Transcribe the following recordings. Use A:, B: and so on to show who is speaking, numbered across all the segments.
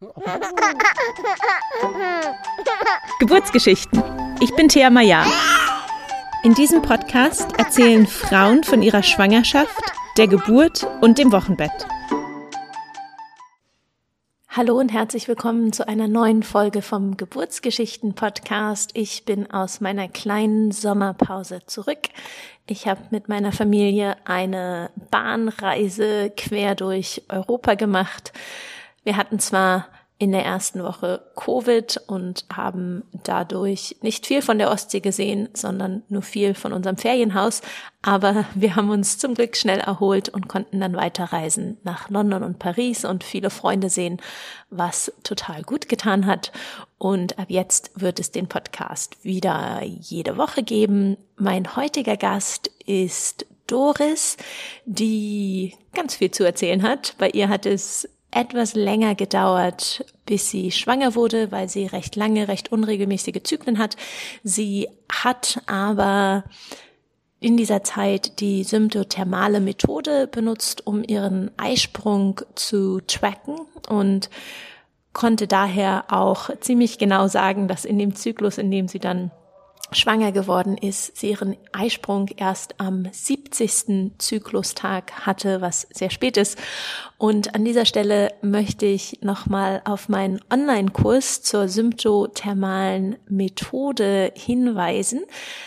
A: Geburtsgeschichten. Ich bin Thea Maya. In diesem Podcast erzählen Frauen von ihrer Schwangerschaft, der Geburt und dem Wochenbett. Hallo und herzlich willkommen zu einer neuen Folge vom Geburtsgeschichten-Podcast. Ich bin aus meiner kleinen Sommerpause zurück. Ich habe mit meiner Familie eine Bahnreise quer durch Europa gemacht. Wir hatten zwar in der ersten Woche Covid und haben dadurch nicht viel von der Ostsee gesehen, sondern nur viel von unserem Ferienhaus. Aber wir haben uns zum Glück schnell erholt und konnten dann weiterreisen nach London und Paris und viele Freunde sehen, was total gut getan hat. Und ab jetzt wird es den Podcast wieder jede Woche geben. Mein heutiger Gast ist Doris, die ganz viel zu erzählen hat. Bei ihr hat es etwas länger gedauert, bis sie schwanger wurde, weil sie recht lange, recht unregelmäßige Zyklen hat. Sie hat aber in dieser Zeit die symptothermale Methode benutzt, um ihren Eisprung zu tracken und konnte daher auch ziemlich genau sagen, dass in dem Zyklus, in dem sie dann schwanger geworden ist, sie ihren Eisprung erst am 70. Zyklustag hatte, was sehr spät ist. Und an dieser Stelle möchte ich nochmal auf meinen Online-Kurs zur symptothermalen Methode hinweisen.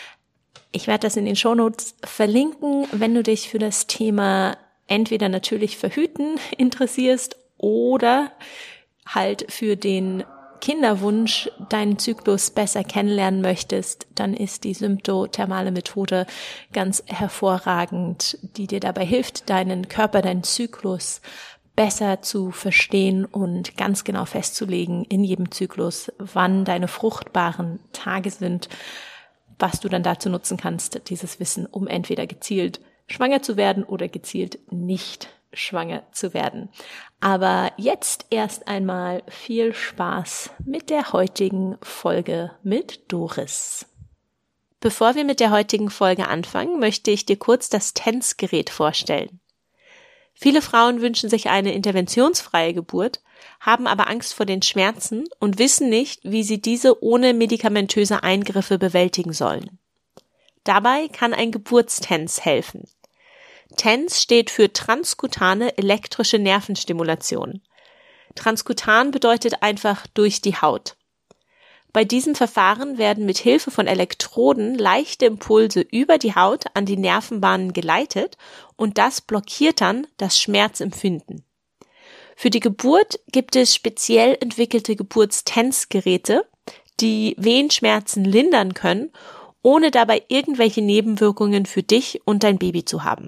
A: Ich werde das in den Shownotes verlinken, wenn du dich für das Thema entweder natürlich verhüten interessierst oder halt für den Kinderwunsch deinen Zyklus besser kennenlernen möchtest, dann ist die symptothermale Methode ganz hervorragend, die dir dabei hilft, deinen Körper, deinen Zyklus besser zu verstehen und ganz genau festzulegen in jedem Zyklus, wann deine fruchtbaren Tage sind, was du dann dazu nutzen kannst, dieses Wissen, um entweder gezielt schwanger zu werden oder gezielt nicht schwanger zu werden. Aber jetzt erst einmal viel Spaß mit der heutigen Folge mit Doris. Bevor wir mit der heutigen Folge anfangen, möchte ich dir kurz das TENS-Gerät vorstellen. Viele Frauen wünschen sich eine interventionsfreie Geburt, haben aber Angst vor den Schmerzen und wissen nicht, wie sie diese ohne medikamentöse Eingriffe bewältigen sollen. Dabei kann ein Geburtstens helfen. TENS steht für transkutane elektrische Nervenstimulation. Transkutan bedeutet einfach durch die Haut. Bei diesem Verfahren werden mit Hilfe von Elektroden leichte Impulse über die Haut an die Nervenbahnen geleitet und das blockiert dann das Schmerzempfinden. Für die Geburt gibt es speziell entwickelte Geburtstens-Geräte, die Wehenschmerzen lindern können, ohne dabei irgendwelche Nebenwirkungen für dich und dein Baby zu haben.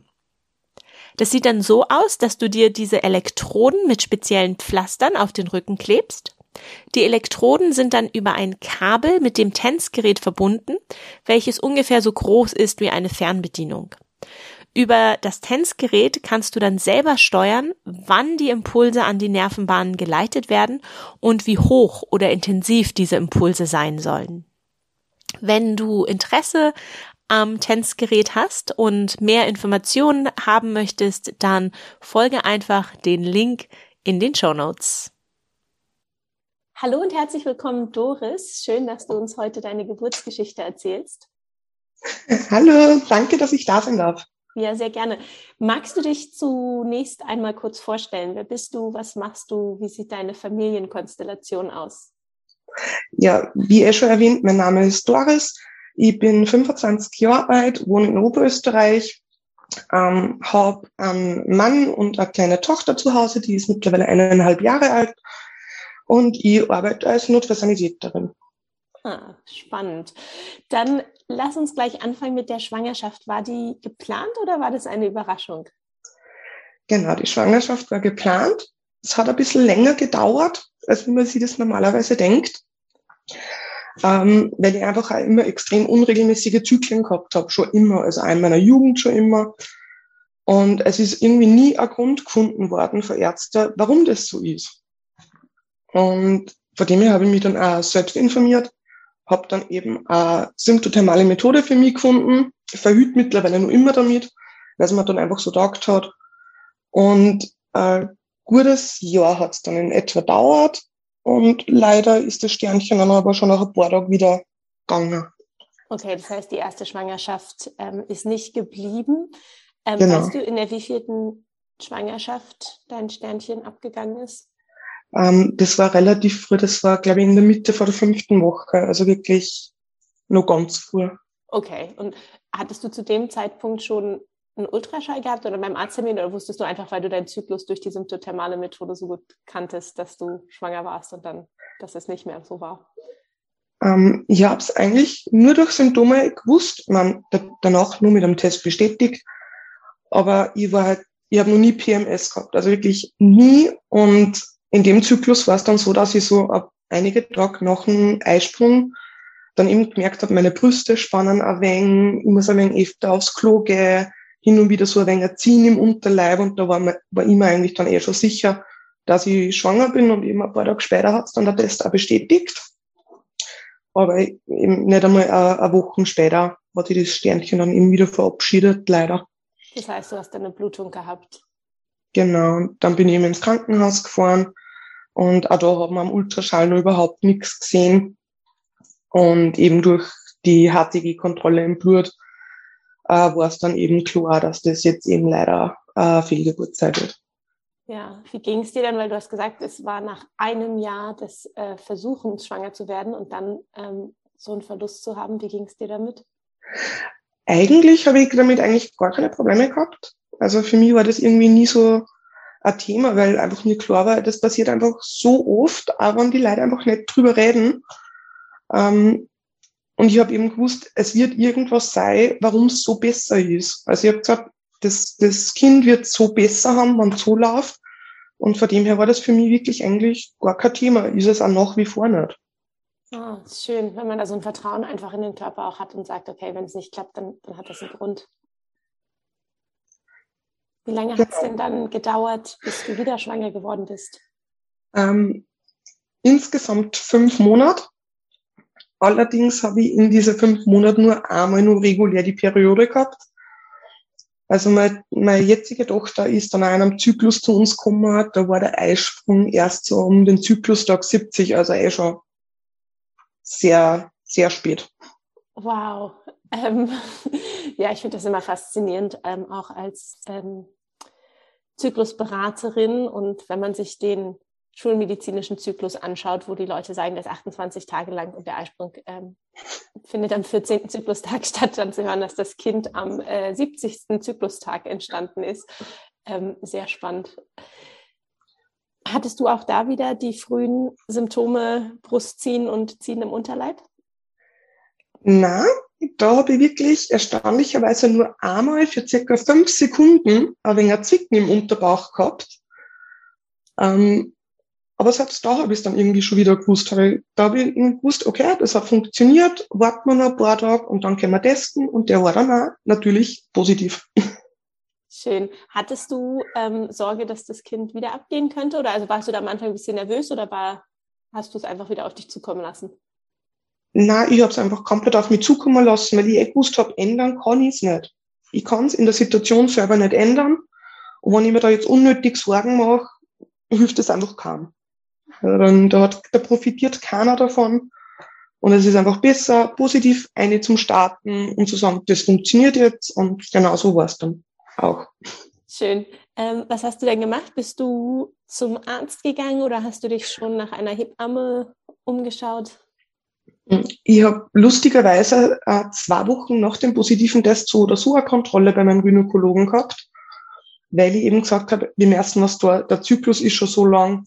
A: Das sieht dann so aus, dass du dir diese Elektroden mit speziellen Pflastern auf den Rücken klebst. Die Elektroden sind dann über ein Kabel mit dem TENS-Gerät verbunden, welches ungefähr so groß ist wie eine Fernbedienung. Über das TENS-Gerät kannst du dann selber steuern, wann die Impulse an die Nervenbahnen geleitet werden und wie hoch oder intensiv diese Impulse sein sollen. Wenn du Interesse am TENS-Gerät hast und mehr Informationen haben möchtest, dann folge einfach den Link in den Shownotes. Hallo und herzlich willkommen, Doris. Schön, dass du uns heute deine Geburtsgeschichte erzählst.
B: Hallo, danke, dass ich da sein darf.
A: Ja, sehr gerne. Magst du dich zunächst einmal kurz vorstellen? Wer bist du? Was machst du? Wie sieht deine Familienkonstellation aus?
B: Ja, wie schon erwähnt, mein Name ist Doris. Ich bin 25 Jahre alt, wohne in Oberösterreich, habe einen Mann und eine kleine Tochter zu Hause, die ist mittlerweile 1,5 Jahre alt und ich arbeite als Notfallsanitäterin.
A: Spannend. Dann lass uns gleich anfangen mit der Schwangerschaft. War die geplant oder war das eine Überraschung?
B: Genau, die Schwangerschaft war geplant. Es hat ein bisschen länger gedauert, als wie man sich das normalerweise denkt. Weil ich einfach auch immer extrem unregelmäßige Zyklen gehabt habe, schon immer, also auch in meiner Jugend schon immer. Und es ist irgendwie nie ein Grund gefunden worden von Ärzten, warum das so ist. Und von dem her habe ich mich dann auch selbst informiert, habe dann eben eine symptothermale Methode für mich gefunden, verhüte mittlerweile noch immer damit, weil es mir dann einfach so gedacht hat. Und ein gutes Jahr hat es dann in etwa gedauert, und leider ist das Sternchen dann aber schon nach ein paar Tagen wieder gegangen.
A: Okay, das heißt, die erste Schwangerschaft ist nicht geblieben.
B: Genau.
A: Weißt du, in der wievielten Schwangerschaft dein Sternchen abgegangen ist?
B: Das war relativ früh, das war, glaube ich, in der Mitte vor der 5. Woche, also wirklich noch ganz früh.
A: Okay, und hattest du zu dem Zeitpunkt schon einen Ultraschall gehabt oder beim Arzttermin oder wusstest du einfach, weil du deinen Zyklus durch die symptothermale Methode so gut kanntest, dass du schwanger warst und dann, dass es nicht mehr so war?
B: Ich habe es eigentlich nur durch Symptome gewusst, danach nur mit einem Test bestätigt, aber ich habe noch nie PMS gehabt, also wirklich nie. Und in dem Zyklus war es dann so, dass ich so ab einige Tage nach dem Eisprung dann eben gemerkt habe, meine Brüste spannen ein wenig, ich muss ein wenig öfter aufs Klo gehen, hin und wieder so ein wenig ziehen im Unterleib, und da war ich mir eigentlich dann schon sicher, dass ich schwanger bin, und eben ein paar Tage später hat es dann der Test auch bestätigt. Aber eben nicht einmal eine Woche später hat sich das Sternchen dann eben wieder verabschiedet, leider.
A: Das heißt, du hast eine Blutung gehabt?
B: Genau, und dann bin ich eben ins Krankenhaus gefahren, und auch da haben wir am Ultraschall noch überhaupt nichts gesehen. Und eben durch die HCG-Kontrolle im Blut war es dann eben klar, dass das jetzt eben leider Fehlgeburt sein wird.
A: Ja, wie ging es dir dann? Weil du hast gesagt, es war nach einem Jahr des Versuchens, schwanger zu werden und dann so einen Verlust zu haben. Wie ging es dir damit?
B: Eigentlich habe ich damit eigentlich gar keine Probleme gehabt. Also für mich war das irgendwie nie so ein Thema, weil einfach mir klar war, das passiert einfach so oft, auch wenn die Leute einfach nicht drüber reden. Und ich habe eben gewusst, es wird irgendwas sein, warum es so besser ist. Also ich habe gesagt, das Kind wird so besser haben, wenn es so läuft. Und von dem her war das für mich wirklich eigentlich gar kein Thema. Ist es auch nach wie vor nicht.
A: Ah, ist schön, wenn man da so ein Vertrauen einfach in den Körper auch hat und sagt, okay, wenn es nicht klappt, dann hat das einen Grund. Wie lange hat es denn dann gedauert, bis du wieder schwanger geworden bist?
B: Insgesamt 5 Monate. Allerdings habe ich in diese 5 Monaten nur einmal nur regulär die Periode gehabt. Also meine jetzige Tochter ist dann auch in einem Zyklus zu uns gekommen. Da war der Eisprung erst so um den Zyklustag 70, also schon sehr, sehr spät.
A: Wow. Ja, ich finde das immer faszinierend, auch als Zyklusberaterin. Und wenn man sich den schulmedizinischen Zyklus anschaut, wo die Leute sagen, der ist 28 Tage lang und der Eisprung findet am 14. Zyklustag statt, dann zu hören, dass das Kind am 70. Zyklustag entstanden ist. Sehr spannend. Hattest du auch da wieder die frühen Symptome Brustziehen und Ziehen im Unterleib?
B: Na, da habe ich wirklich erstaunlicherweise nur einmal für circa 5 Sekunden ein wenig ein Zwicken im Unterbauch gehabt. Aber selbst da habe ich es dann irgendwie schon wieder gewusst. Da habe ich gewusst, okay, das hat funktioniert, warten wir noch ein paar Tage und dann können wir testen. Und der war dann auch natürlich positiv.
A: Schön. Hattest du Sorge, dass das Kind wieder abgehen könnte? Oder also warst du da am Anfang ein bisschen nervös oder hast du es einfach wieder auf dich zukommen lassen?
B: Nein, ich habe es einfach komplett auf mich zukommen lassen, weil ich gewusst habe, ändern kann ich es nicht. Ich kann es in der Situation selber nicht ändern. Und wenn ich mir da jetzt unnötig Sorgen mache, hilft es einfach kaum. Da profitiert keiner davon. Und es ist einfach besser, positiv eine zum Starten und zu sagen, das funktioniert jetzt. Und genau so war es dann auch.
A: Schön. Was hast du denn gemacht? Bist du zum Arzt gegangen oder hast du dich schon nach einer Hebamme umgeschaut?
B: Ich habe lustigerweise 2 Wochen nach dem positiven Test so oder so eine Kontrolle bei meinem Gynäkologen gehabt, weil ich eben gesagt habe, wir merken, was da, der Zyklus ist schon so lang.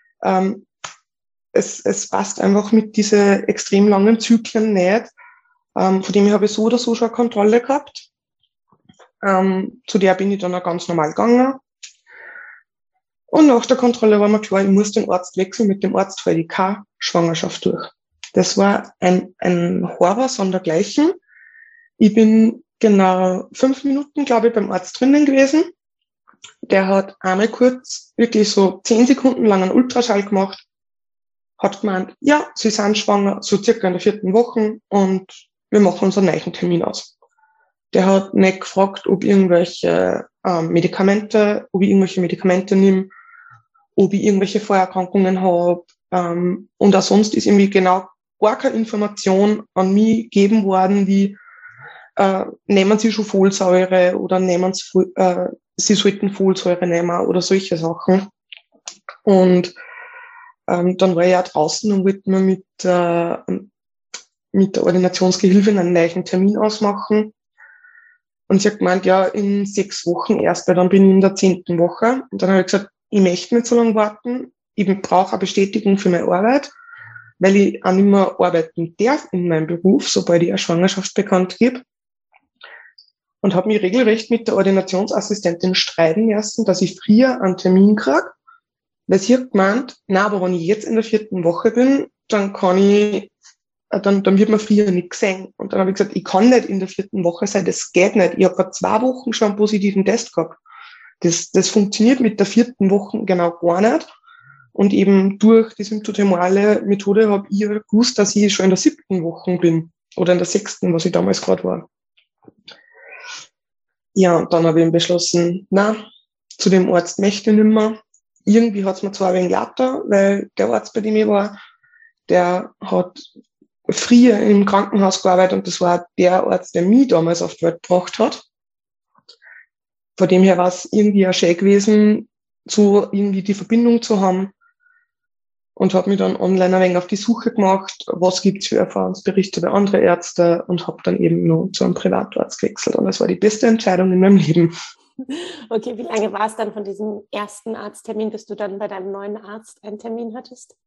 B: Es passt einfach mit diesen extrem langen Zyklen nicht. Von dem her habe ich so oder so schon eine Kontrolle gehabt. Zu der bin ich dann auch ganz normal gegangen. Und nach der Kontrolle war mir klar, ich muss den Arzt wechseln. Mit dem Arzt fällt ich keine Schwangerschaft durch. Das war ein Horror sondergleichen. Ich bin genau 5 Minuten, glaube ich, beim Arzt drinnen gewesen. Der hat einmal kurz, wirklich so 10 Sekunden lang einen Ultraschall gemacht, hat gemeint, ja, Sie sind schwanger, so circa in der 4. Woche und wir machen uns einen neuen Termin aus. Der hat nicht gefragt, ob ich irgendwelche Medikamente nehme, ob ich irgendwelche Vorerkrankungen habe, Und auch sonst ist irgendwie genau gar keine Information an mich gegeben worden, wie nehmen Sie schon Folsäure oder Sie sollten Folsäure nehmen oder solche Sachen. Und dann war ich ja draußen und wollte mir mit der Ordinationsgehilfin einen neuen Termin ausmachen. Und sie hat gemeint, ja, in 6 Wochen erst, weil dann bin ich in der 10. Woche. Und dann habe ich gesagt, ich möchte nicht so lange warten. Ich brauche eine Bestätigung für meine Arbeit, weil ich auch nicht mehr arbeiten darf in meinem Beruf, sobald ich eine Schwangerschaft bekannt gebe. Und habe mich regelrecht mit der Ordinationsassistentin streiten lassen, dass ich früher einen Termin kriege. Weil sie hat gemeint, na, aber wenn ich jetzt in der 4. Woche bin, dann dann wird man früher nicht gesehen. Und dann habe ich gesagt, ich kann nicht in der 4. Woche sein, das geht nicht. Ich habe vor 2 Wochen schon einen positiven Test gehabt. Das funktioniert mit der 4. Woche genau gar nicht. Und eben durch die symptothemale Methode habe ich gewusst, dass ich schon in der 7. Woche bin. Oder in der 6., was ich damals gerade war. Ja, und dann habe ich beschlossen, na, zu dem Arzt möchte ich nicht mehr. Irgendwie hat es mir zwar ein wenig lauter, weil der Arzt, bei dem ich war, der hat früher im Krankenhaus gearbeitet und das war der Arzt, der mich damals auf die Welt gebracht hat. Von dem her war es irgendwie auch schön gewesen, so irgendwie die Verbindung zu haben und habe mich dann online ein wenig auf die Suche gemacht, was gibt's für Erfahrungsberichte bei anderen Ärzten und habe dann eben nur zu einem Privatarzt gewechselt und das war die beste Entscheidung in meinem Leben.
A: Okay, wie lange war es dann von diesem ersten Arzttermin, bis du dann bei deinem neuen Arzt einen Termin hattest?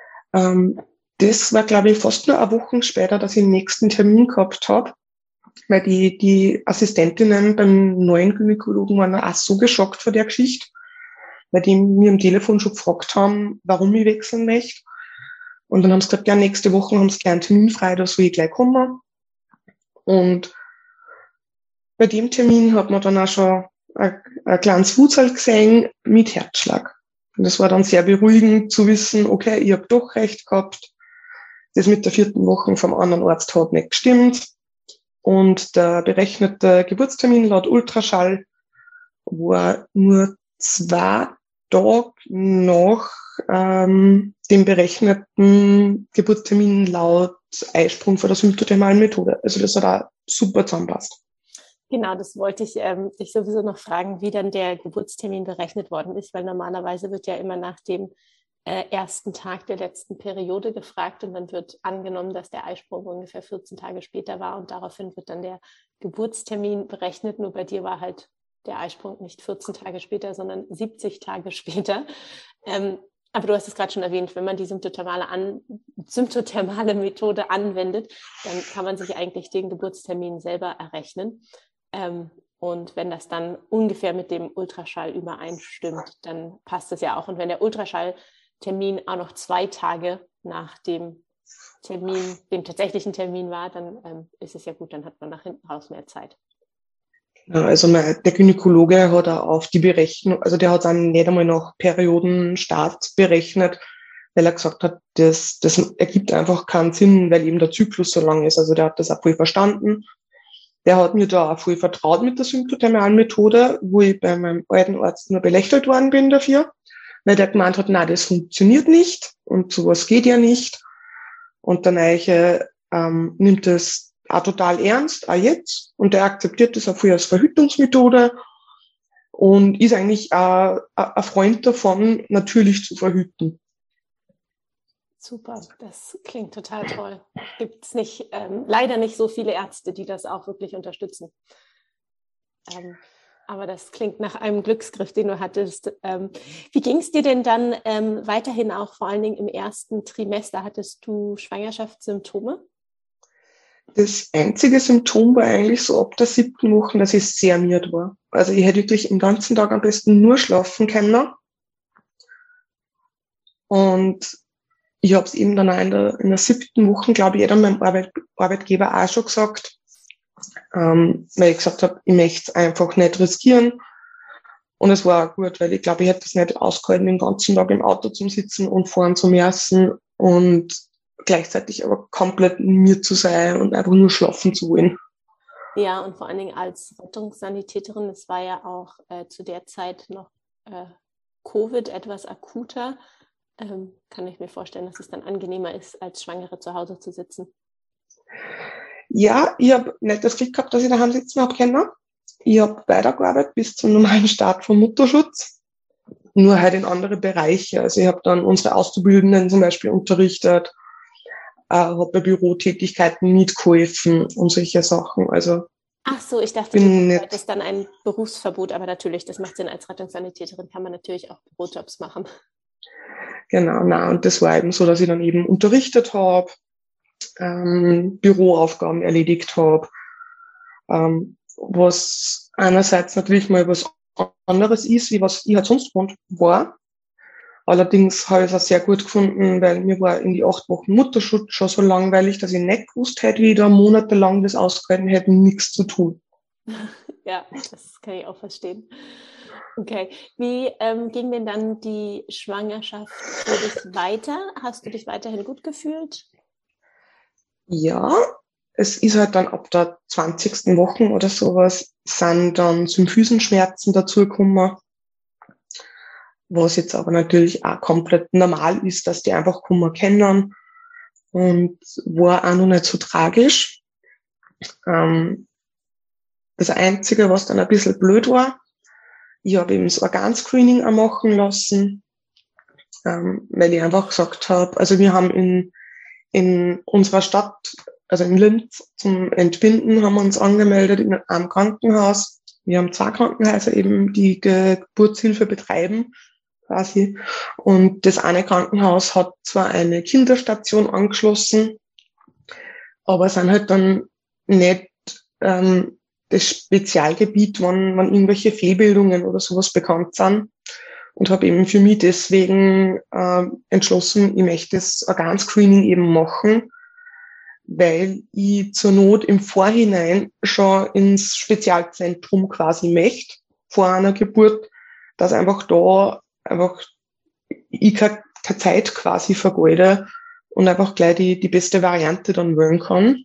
B: Das war, glaube ich, fast nur eine Woche später, dass ich den nächsten Termin gehabt habe, weil die Assistentinnen beim neuen Gynäkologen waren auch so geschockt von der Geschichte, weil die mir am Telefon schon gefragt haben, warum ich wechseln möchte. Und dann haben sie gesagt, ja, nächste Woche haben sie gleich einen Termin frei, da soll ich gleich kommen. Und bei dem Termin hat man dann auch schon ein kleines Futsal gesehen mit Herzschlag. Und das war dann sehr beruhigend zu wissen, okay, ich habe doch recht gehabt. Das mit der 4. Woche vom anderen Arzt hat nicht gestimmt. Und der berechnete Geburtstermin laut Ultraschall war nur 2 Tage nach dem berechneten Geburtstermin laut Eisprung von der symptothemalen Methode. Also das hat auch super zusammenpasst.
A: Genau, das wollte ich dich sowieso noch fragen, wie dann der Geburtstermin berechnet worden ist, weil normalerweise wird ja immer nach dem ersten Tag der letzten Periode gefragt und dann wird angenommen, dass der Eisprung ungefähr 14 Tage später war und daraufhin wird dann der Geburtstermin berechnet. Nur bei dir war halt der Eisprung nicht 14 Tage später, sondern 70 Tage später. Aber du hast es gerade schon erwähnt, wenn man die symptothermale Methode anwendet, dann kann man sich eigentlich den Geburtstermin selber errechnen. Und wenn das dann ungefähr mit dem Ultraschall übereinstimmt, dann passt das ja auch. Und wenn der Ultraschalltermin auch noch 2 Tage nach dem tatsächlichen Termin war, dann ist es ja gut, dann hat man nach hinten raus mehr Zeit.
B: Ja, also der Gynäkologe hat auch auf die Berechnung, also der hat dann nicht einmal nach Periodenstart berechnet, weil er gesagt hat, das ergibt einfach keinen Sinn, weil eben der Zyklus so lang ist. Also der hat das auch voll verstanden. Der hat mir da auch voll vertraut mit der symptothermalen Methode, wo ich bei meinem alten Arzt nur belächelt worden bin dafür, weil der gemeint hat, nein, das funktioniert nicht und sowas geht ja nicht. Und der Neiche nimmt das auch total ernst, auch jetzt. Und der akzeptiert das auch voll als Verhütungsmethode und ist eigentlich auch ein Freund davon, natürlich zu verhüten.
A: Super, das klingt total toll. Gibt es leider nicht so viele Ärzte, die das auch wirklich unterstützen. Aber das klingt nach einem Glücksgriff, den du hattest. Wie ging es dir denn dann weiterhin auch, vor allen Dingen im ersten Trimester? Hattest du Schwangerschaftssymptome?
B: Das einzige Symptom war eigentlich so ab der 7. Woche, dass ich sehr müde war. Also ich hätte wirklich den ganzen Tag am besten nur schlafen können. Und ich habe es eben dann auch in der 7. Woche, glaube ich, jeder meinem Arbeitgeber auch schon gesagt, weil ich gesagt habe, ich möchte es einfach nicht riskieren. Und es war auch gut, weil ich glaube, ich hätte es nicht ausgehalten, den ganzen Tag im Auto zu sitzen und fahren zu müssen und gleichzeitig aber komplett in mir zu sein und einfach nur schlafen zu wollen.
A: Ja, und vor allen Dingen als Rettungssanitäterin, es war ja auch zu der Zeit noch Covid etwas akuter. kann ich mir vorstellen, dass es dann angenehmer ist, als Schwangere zu Hause zu sitzen.
B: Ja, ich habe nicht das Glück gehabt, dass ich daheim sitzen habe können. Ich habe weitergearbeitet bis zum normalen Start vom Mutterschutz, nur halt in andere Bereiche. Also ich habe dann unsere Auszubildenden zum Beispiel unterrichtet, habe bei Bürotätigkeiten mitgeholfen und solche Sachen. Also
A: ach so, ich dachte, du hättest dann ein Berufsverbot, aber natürlich, das macht Sinn, als Rettungssanitäterin kann man natürlich auch Bürojobs machen.
B: Genau, na, und das war eben so, dass ich dann eben unterrichtet habe, Büroaufgaben erledigt habe, was einerseits natürlich mal was anderes ist, wie was ich halt sonst gewohnt war. Allerdings habe ich es auch sehr gut gefunden, weil mir war in die 8 Wochen Mutterschutz schon so langweilig, dass ich nicht gewusst hätte, wie ich da monatelang das ausgehalten hätte, nichts zu tun.
A: Ja, das kann ich auch verstehen. Okay, wie ging denn dann die Schwangerschaft für dich weiter? Hast du dich weiterhin gut gefühlt?
B: Ja, es ist halt dann ab der 20. Woche oder sowas, sind dann Symphysenschmerzen dazugekommen, was jetzt aber natürlich auch komplett normal ist, dass die einfach kommen können und war auch noch nicht so tragisch. Das Einzige, was dann ein bisschen blöd war, ich habe eben das Organscreening auch machen lassen, weil ich einfach gesagt habe, also wir haben in unserer Stadt, also in Linz, zum Entbinden haben wir uns angemeldet in einem Krankenhaus. Wir haben 2 Krankenhäuser eben, die Geburtshilfe betreiben, quasi. Und das eine Krankenhaus hat zwar eine Kinderstation angeschlossen, aber sind halt dann nicht das Spezialgebiet, wann irgendwelche Fehlbildungen oder sowas bekannt sind. Und habe eben für mich deswegen entschlossen, ich möchte das Organscreening eben machen, weil ich zur Not im Vorhinein schon ins Spezialzentrum quasi möchte, vor einer Geburt, dass einfach da einfach ich keine Zeit quasi vergeude und einfach gleich die beste Variante dann wählen kann.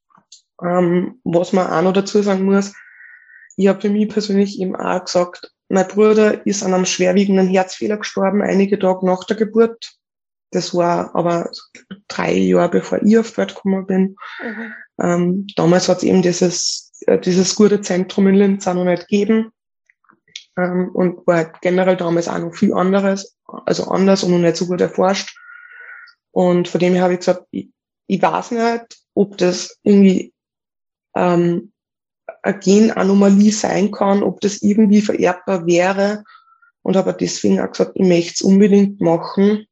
B: Was man auch noch dazu sagen muss, ich habe für mich persönlich eben auch gesagt, mein Bruder ist an einem schwerwiegenden Herzfehler gestorben, einige Tage nach der Geburt. Das war aber 3 Jahre bevor ich auf die Welt gekommen bin. Damals hat es eben dieses gute Zentrum in Linz auch noch nicht gegeben. Und war halt generell damals auch noch viel anderes, also anders und noch nicht so gut erforscht. Und von dem her habe ich gesagt, ich weiß nicht, ob das irgendwie eine Genanomalie sein kann, ob das irgendwie vererbbar wäre. Und habe deswegen auch gesagt, ich möchte es unbedingt machen.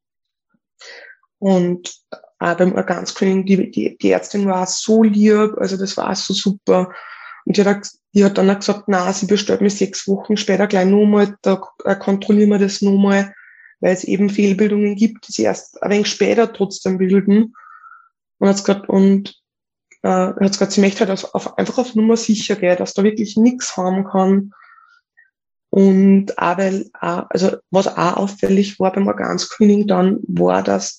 B: Und auch beim Organscreening, die Ärztin war so lieb, also das war so super. Und die hat dann auch gesagt, na, sie bestellt mir 6 Wochen später gleich nochmal, da kontrollieren wir das nochmal, weil es eben Fehlbildungen gibt, die sie erst ein wenig später trotzdem bilden. Und hat gesagt, sie möchte halt einfach auf Nummer sicher gehen, dass da wirklich nichts haben kann. Und auch also was auch auffällig war beim Organscreening dann, war, dass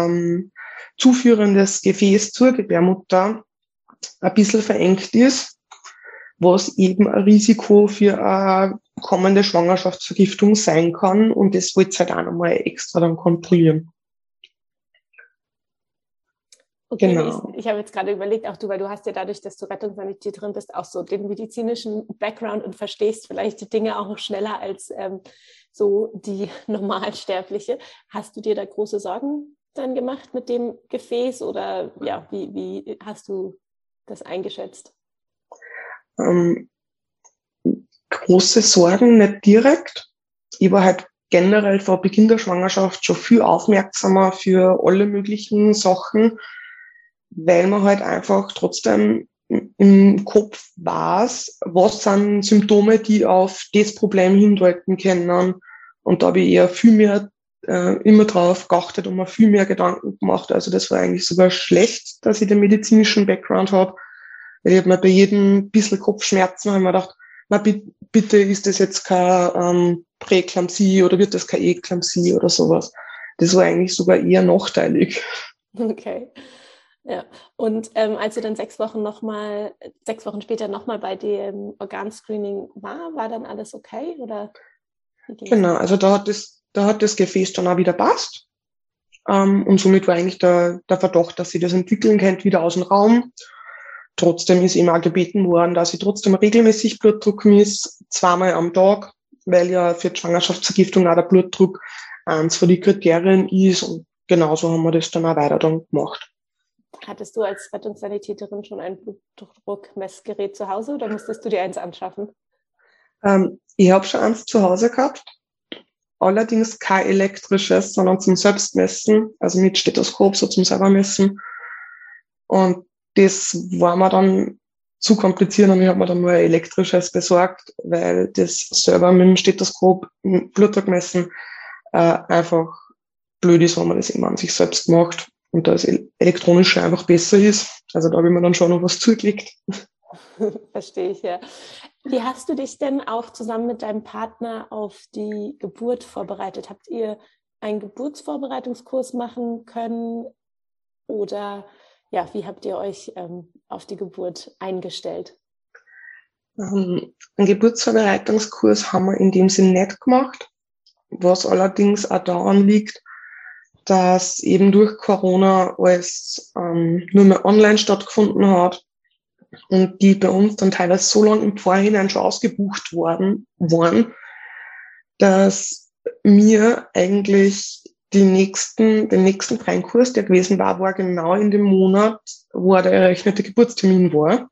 B: zuführendes Gefäß zur Gebärmutter ein bisschen verengt ist, was eben ein Risiko für eine kommende Schwangerschaftsvergiftung sein kann. Und das wollte ich halt auch nochmal extra dann kontrollieren.
A: Okay,
B: genau.
A: Ich habe jetzt gerade überlegt, auch du, weil du hast ja dadurch, dass du Rettungssanitäterin bist, auch so den medizinischen Background und verstehst vielleicht die Dinge auch schneller als so die Normalsterbliche. Hast du dir da große Sorgen dann gemacht mit dem Gefäß oder ja, wie hast du das eingeschätzt?
B: Große Sorgen nicht direkt. Ich war halt generell vor Beginn der Schwangerschaft schon viel aufmerksamer für alle möglichen Sachen, weil man halt einfach trotzdem im Kopf weiß, was sind Symptome, die auf das Problem hindeuten können. Und da habe ich eher viel mehr immer drauf geachtet und mir viel mehr Gedanken gemacht. Also das war eigentlich sogar schlecht, dass ich den medizinischen Background habe. Weil ich habe mir bei jedem bisschen Kopfschmerzen habe ich mir gedacht, na bitte ist das jetzt keine Präeklampsie oder wird das keine Eklampsie oder sowas. Das war eigentlich sogar eher nachteilig.
A: Okay. Ja, und als du dann 6 Wochen später nochmal bei dem Organscreening war dann alles okay? Oder
B: genau, also da hat das Gefäß dann auch wieder passt. Und somit war eigentlich der Verdacht, dass sie das entwickeln könnte, wieder aus dem Raum. Trotzdem ist ihm auch gebeten worden, dass sie trotzdem regelmäßig Blutdruck misst, 2-mal am Tag, weil ja für die Schwangerschaftsvergiftung auch der Blutdruck eins von den Kriterien ist. Und genauso haben wir das dann auch weiter dann gemacht.
A: Hattest du als Rettungssanitäterin schon ein Blutdruckmessgerät zu Hause oder musstest du dir eins anschaffen?
B: Ich habe schon eins zu Hause gehabt, allerdings kein elektrisches, sondern zum Selbstmessen, also mit Stethoskop, so zum selbermessen. Und das war mir dann zu kompliziert und ich habe mir dann nur ein elektrisches besorgt, weil das selber mit dem Stethoskop Blutdruck messen einfach blöd ist, wenn man das immer an sich selbst macht und das Elektronische einfach besser ist. Also da habe ich mir dann schon noch was zugelegt.
A: Verstehe ich, ja. Wie hast du dich denn auch zusammen mit deinem Partner auf die Geburt vorbereitet? Habt ihr einen Geburtsvorbereitungskurs machen können oder ja, wie habt ihr euch auf die Geburt eingestellt?
B: Einen Geburtsvorbereitungskurs haben wir in dem Sinn nicht gemacht, was allerdings auch daran liegt, dass eben durch Corona alles nur mehr online stattgefunden hat und die bei uns dann teilweise so lange im Vorhinein schon ausgebucht waren, dass mir eigentlich den nächsten freien Kurs, der gewesen war genau in dem Monat, wo der errechnete Geburtstermin war.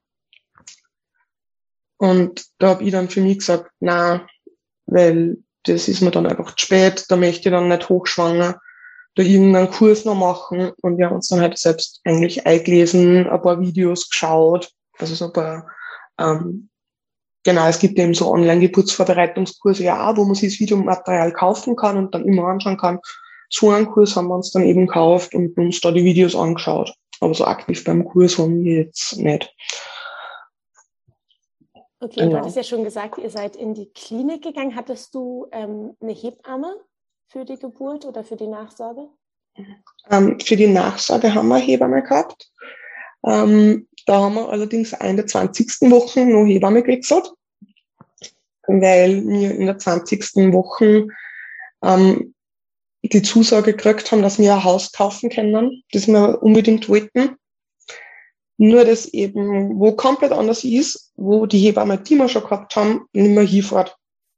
B: Und da habe ich dann für mich gesagt, na, weil das ist mir dann einfach zu spät, da möchte ich dann nicht hochschwanger da irgendeinen Kurs noch machen. Und wir haben uns dann halt selbst eigentlich eingelesen, ein paar Videos geschaut, also so ein paar, genau, es gibt eben so Online-Geburtsvorbereitungskurse ja auch, wo man sich das Videomaterial kaufen kann und dann immer anschauen kann. So einen Kurs haben wir uns dann eben gekauft und uns da die Videos angeschaut. Aber so aktiv beim Kurs haben wir jetzt nicht.
A: Okay, genau. Du hattest ja schon gesagt, ihr seid in die Klinik gegangen. Hattest du eine Hebamme für die Geburt oder für die Nachsorge?
B: Für die Nachsorge haben wir eine Hebamme gehabt. Da haben wir allerdings in der 20. Woche noch Hebamme gewechselt, weil wir in der 20. Woche die Zusage gekriegt haben, dass wir ein Haus kaufen können, das wir unbedingt wollten. Nur das eben, wo komplett anders ist, wo die Hebamme, die wir schon gehabt haben, nicht mehr hinfährt.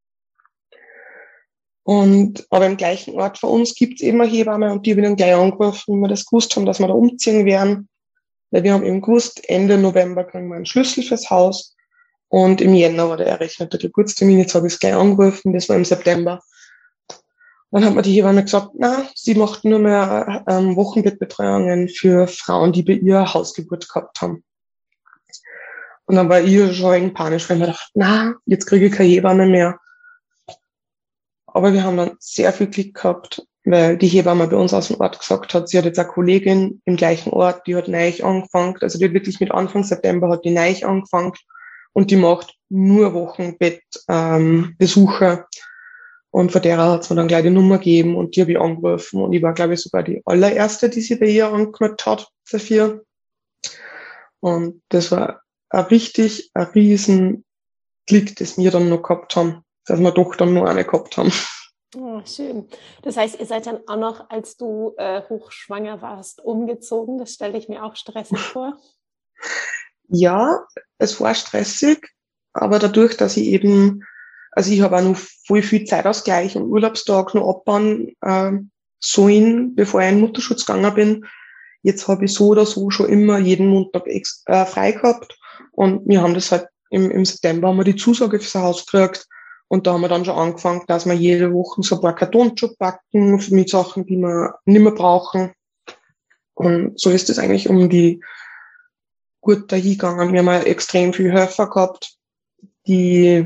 B: Aber im gleichen Ort von uns gibt es eben eine Hebamme und die habe ich dann gleich angerufen, wenn wir das gewusst haben, dass wir da umziehen werden. Weil wir haben eben gewusst, Ende November kriegen wir einen Schlüssel fürs Haus und im Jänner war der errechnete Geburtstermin. Jetzt habe ich es gleich angerufen, das war im September. Dann hat mir die Hebamme gesagt, na, sie macht nur mehr Wochenbettbetreuungen für Frauen, die bei ihr Hausgeburt gehabt haben. Und dann war ich schon ein panisch, weil ich mir dachte, na, jetzt kriege ich keine Hebamme mehr. Aber wir haben dann sehr viel Glück gehabt, weil die Hebamme bei uns aus dem Ort gesagt hat, sie hat jetzt eine Kollegin im gleichen Ort, die hat neu angefangen, also die hat wirklich mit Anfang September hat die neu angefangen und die macht nur Wochenbettbesuche. Und von der hat es mir dann gleich die Nummer gegeben und die habe ich angerufen. Und ich war, glaube ich, sogar die allererste, die sich bei ihr angemeldet hat dafür. Und das war ein riesen Glück, das wir dann noch gehabt haben, dass wir doch dann noch eine gehabt haben.
A: Oh, schön. Das heißt, ihr seid dann auch noch, als du hochschwanger warst, umgezogen. Das stelle ich mir auch stressig vor.
B: Ja, es war stressig, aber dadurch, dass ich eben, also ich habe auch noch voll viel Zeitausgleich und Urlaubstag noch abbauen sollen, bevor ich in den Mutterschutz gegangen bin. Jetzt habe ich so oder so schon immer jeden Montag frei gehabt und wir haben das halt im September haben wir die Zusage fürs Haus gekriegt und da haben wir dann schon angefangen, dass wir jede Woche so ein paar Kartonjob backen mit Sachen, die wir nicht mehr brauchen. Und so ist es eigentlich um die gut dahingegangen. Wir haben ja extrem viel Helfer gehabt, die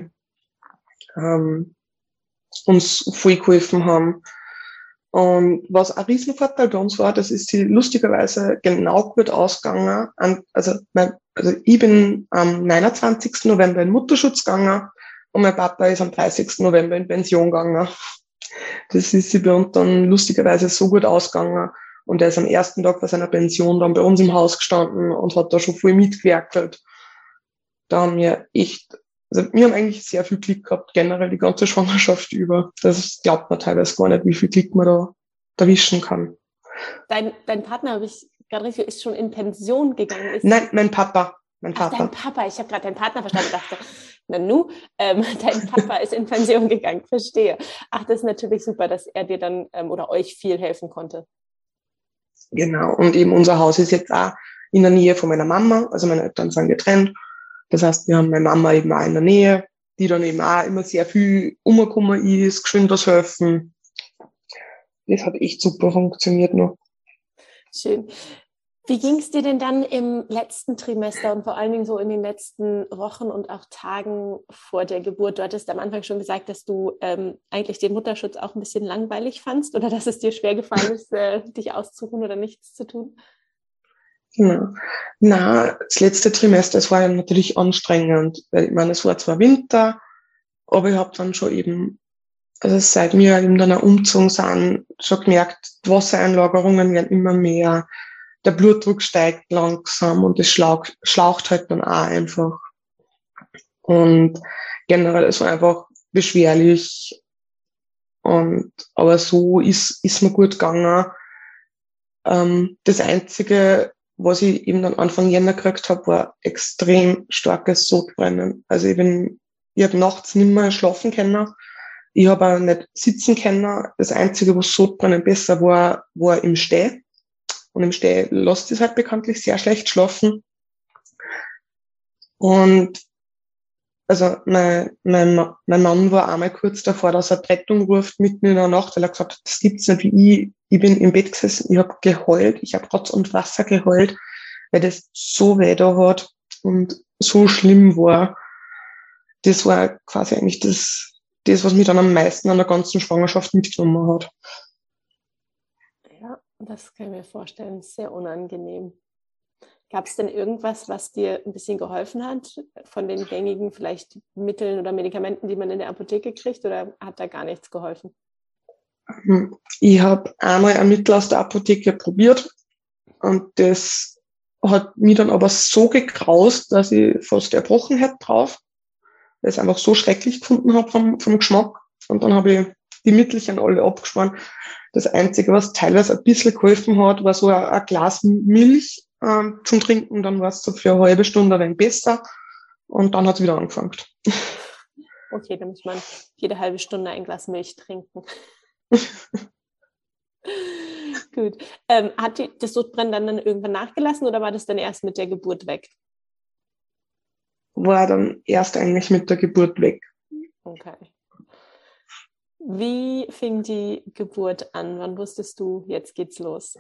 B: uns voll geholfen haben. Und was ein Riesenvorteil bei uns war, das ist sie lustigerweise genau gut ausgegangen. Also ich bin am 29. November in Mutterschutz gegangen und mein Papa ist am 30. November in Pension gegangen. Das ist sie bei uns dann lustigerweise so gut ausgegangen. Und er ist am ersten Tag vor seiner Pension dann bei uns im Haus gestanden und hat da schon voll mitgewerkelt. Da haben wir wir haben eigentlich sehr viel Glück gehabt, generell die ganze Schwangerschaft über. Das glaubt man teilweise gar nicht, wie viel Glück man da erwischen kann.
C: Dein Partner, habe ich gerade richtig, ist schon in Pension gegangen?
B: Nein, mein Papa.
C: Dein Papa. Ich habe gerade deinen Partner verstanden und dachte, dein Papa ist in Pension gegangen, verstehe. Ach, das ist natürlich super, dass er dir dann oder euch viel helfen konnte.
B: Genau, und eben unser Haus ist jetzt auch in der Nähe von meiner Mama, also meine Eltern sind getrennt. Das heißt, wir haben meine Mama eben auch in der Nähe, die dann eben auch immer sehr viel umgekommen ist, geschwind was helfen. Das hat echt super funktioniert noch.
C: Schön. Wie ging es dir denn dann im letzten Trimester und vor allen Dingen so in den letzten Wochen und auch Tagen vor der Geburt? Du hattest am Anfang schon gesagt, dass du eigentlich den Mutterschutz auch ein bisschen langweilig fandst oder dass es dir schwer gefallen ist, dich auszuruhen oder nichts zu tun?
B: Genau. Na, das letzte Trimester, es war ja natürlich anstrengend, weil ich meine, es war zwar Winter, aber ich habe dann schon eben, also seit wir eben dann auch umgezogen sind, schon gemerkt, die Wassereinlagerungen werden immer mehr, der Blutdruck steigt langsam und es schlaucht halt dann auch einfach. Und generell, es war einfach beschwerlich. Aber so ist mir gut gegangen. Das Einzige, was ich eben dann Anfang Jänner gekriegt habe, war extrem starkes Sodbrennen. Also ich hab nachts nicht mehr schlafen können. Ich habe auch nicht sitzen können. Das Einzige, was Sodbrennen besser war im Steh. Und im Steh lässt es halt bekanntlich sehr schlecht schlafen. Und also mein Mann war einmal kurz davor, dass er Rettung ruft mitten in der Nacht, weil er gesagt hat, das gibt's nicht wie ich. Ich bin im Bett gesessen, ich habe geheult, ich habe Rotz und Wasser geheult, weil das so weh da hat und so schlimm war. Das war quasi eigentlich das, was mich dann am meisten an der ganzen Schwangerschaft mitgenommen hat.
C: Ja, das kann ich mir vorstellen, sehr unangenehm. Gab es denn irgendwas, was dir ein bisschen geholfen hat von den gängigen vielleicht Mitteln oder Medikamenten, die man in der Apotheke kriegt, oder hat da gar nichts geholfen?
B: Ich habe einmal ein Mittel aus der Apotheke probiert und das hat mich dann aber so gegraust, dass ich fast erbrochen hätte drauf, weil ich es einfach so schrecklich gefunden habe vom Geschmack. Und dann habe ich die Mittelchen alle abgeschworen. Das Einzige, was teilweise ein bisschen geholfen hat, war so ein Glas Milch zum Trinken. Dann war es so für eine halbe Stunde ein wenig besser und dann hat es wieder angefangen.
C: Okay, dann muss man jede halbe Stunde ein Glas Milch trinken. Gut. Hat das Sodbrennen dann irgendwann nachgelassen oder war das dann erst mit der Geburt weg?
B: War dann erst eigentlich mit der Geburt weg.
C: Okay. Wie fing die Geburt an? Wann wusstest du, jetzt geht's los?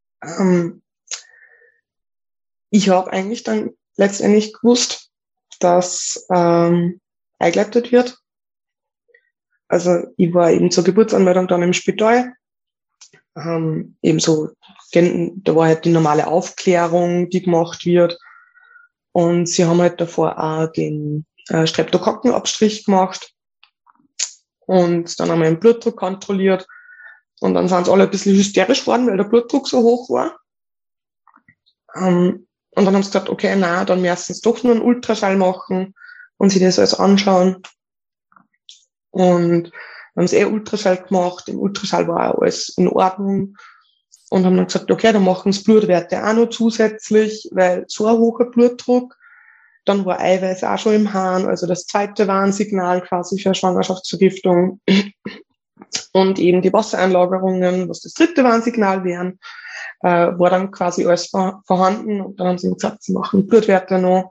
B: Ich habe eigentlich dann letztendlich gewusst, dass eingeleitet wird. Also ich war eben zur Geburtsanmeldung dann im Spital. Ebenso, da war halt die normale Aufklärung, die gemacht wird. Und sie haben halt davor auch den Streptokokkenabstrich gemacht. Und dann haben wir den Blutdruck kontrolliert. Und dann sind sie alle ein bisschen hysterisch geworden, weil der Blutdruck so hoch war. Und dann haben sie gesagt, okay, na, dann müssen sie doch nur einen Ultraschall machen und sich das alles anschauen. Und dann haben sie Ultraschall gemacht. Im Ultraschall war auch alles in Ordnung. Und haben dann gesagt, okay, dann machen sie Blutwerte auch noch zusätzlich, weil so ein hoher Blutdruck. Dann war Eiweiß auch schon im Hahn, also das zweite Warnsignal quasi für Schwangerschaftsvergiftung. Und eben die Wassereinlagerungen, was das dritte Warnsignal wären, war dann quasi alles vorhanden. Und dann haben sie gesagt, sie machen Blutwerte noch.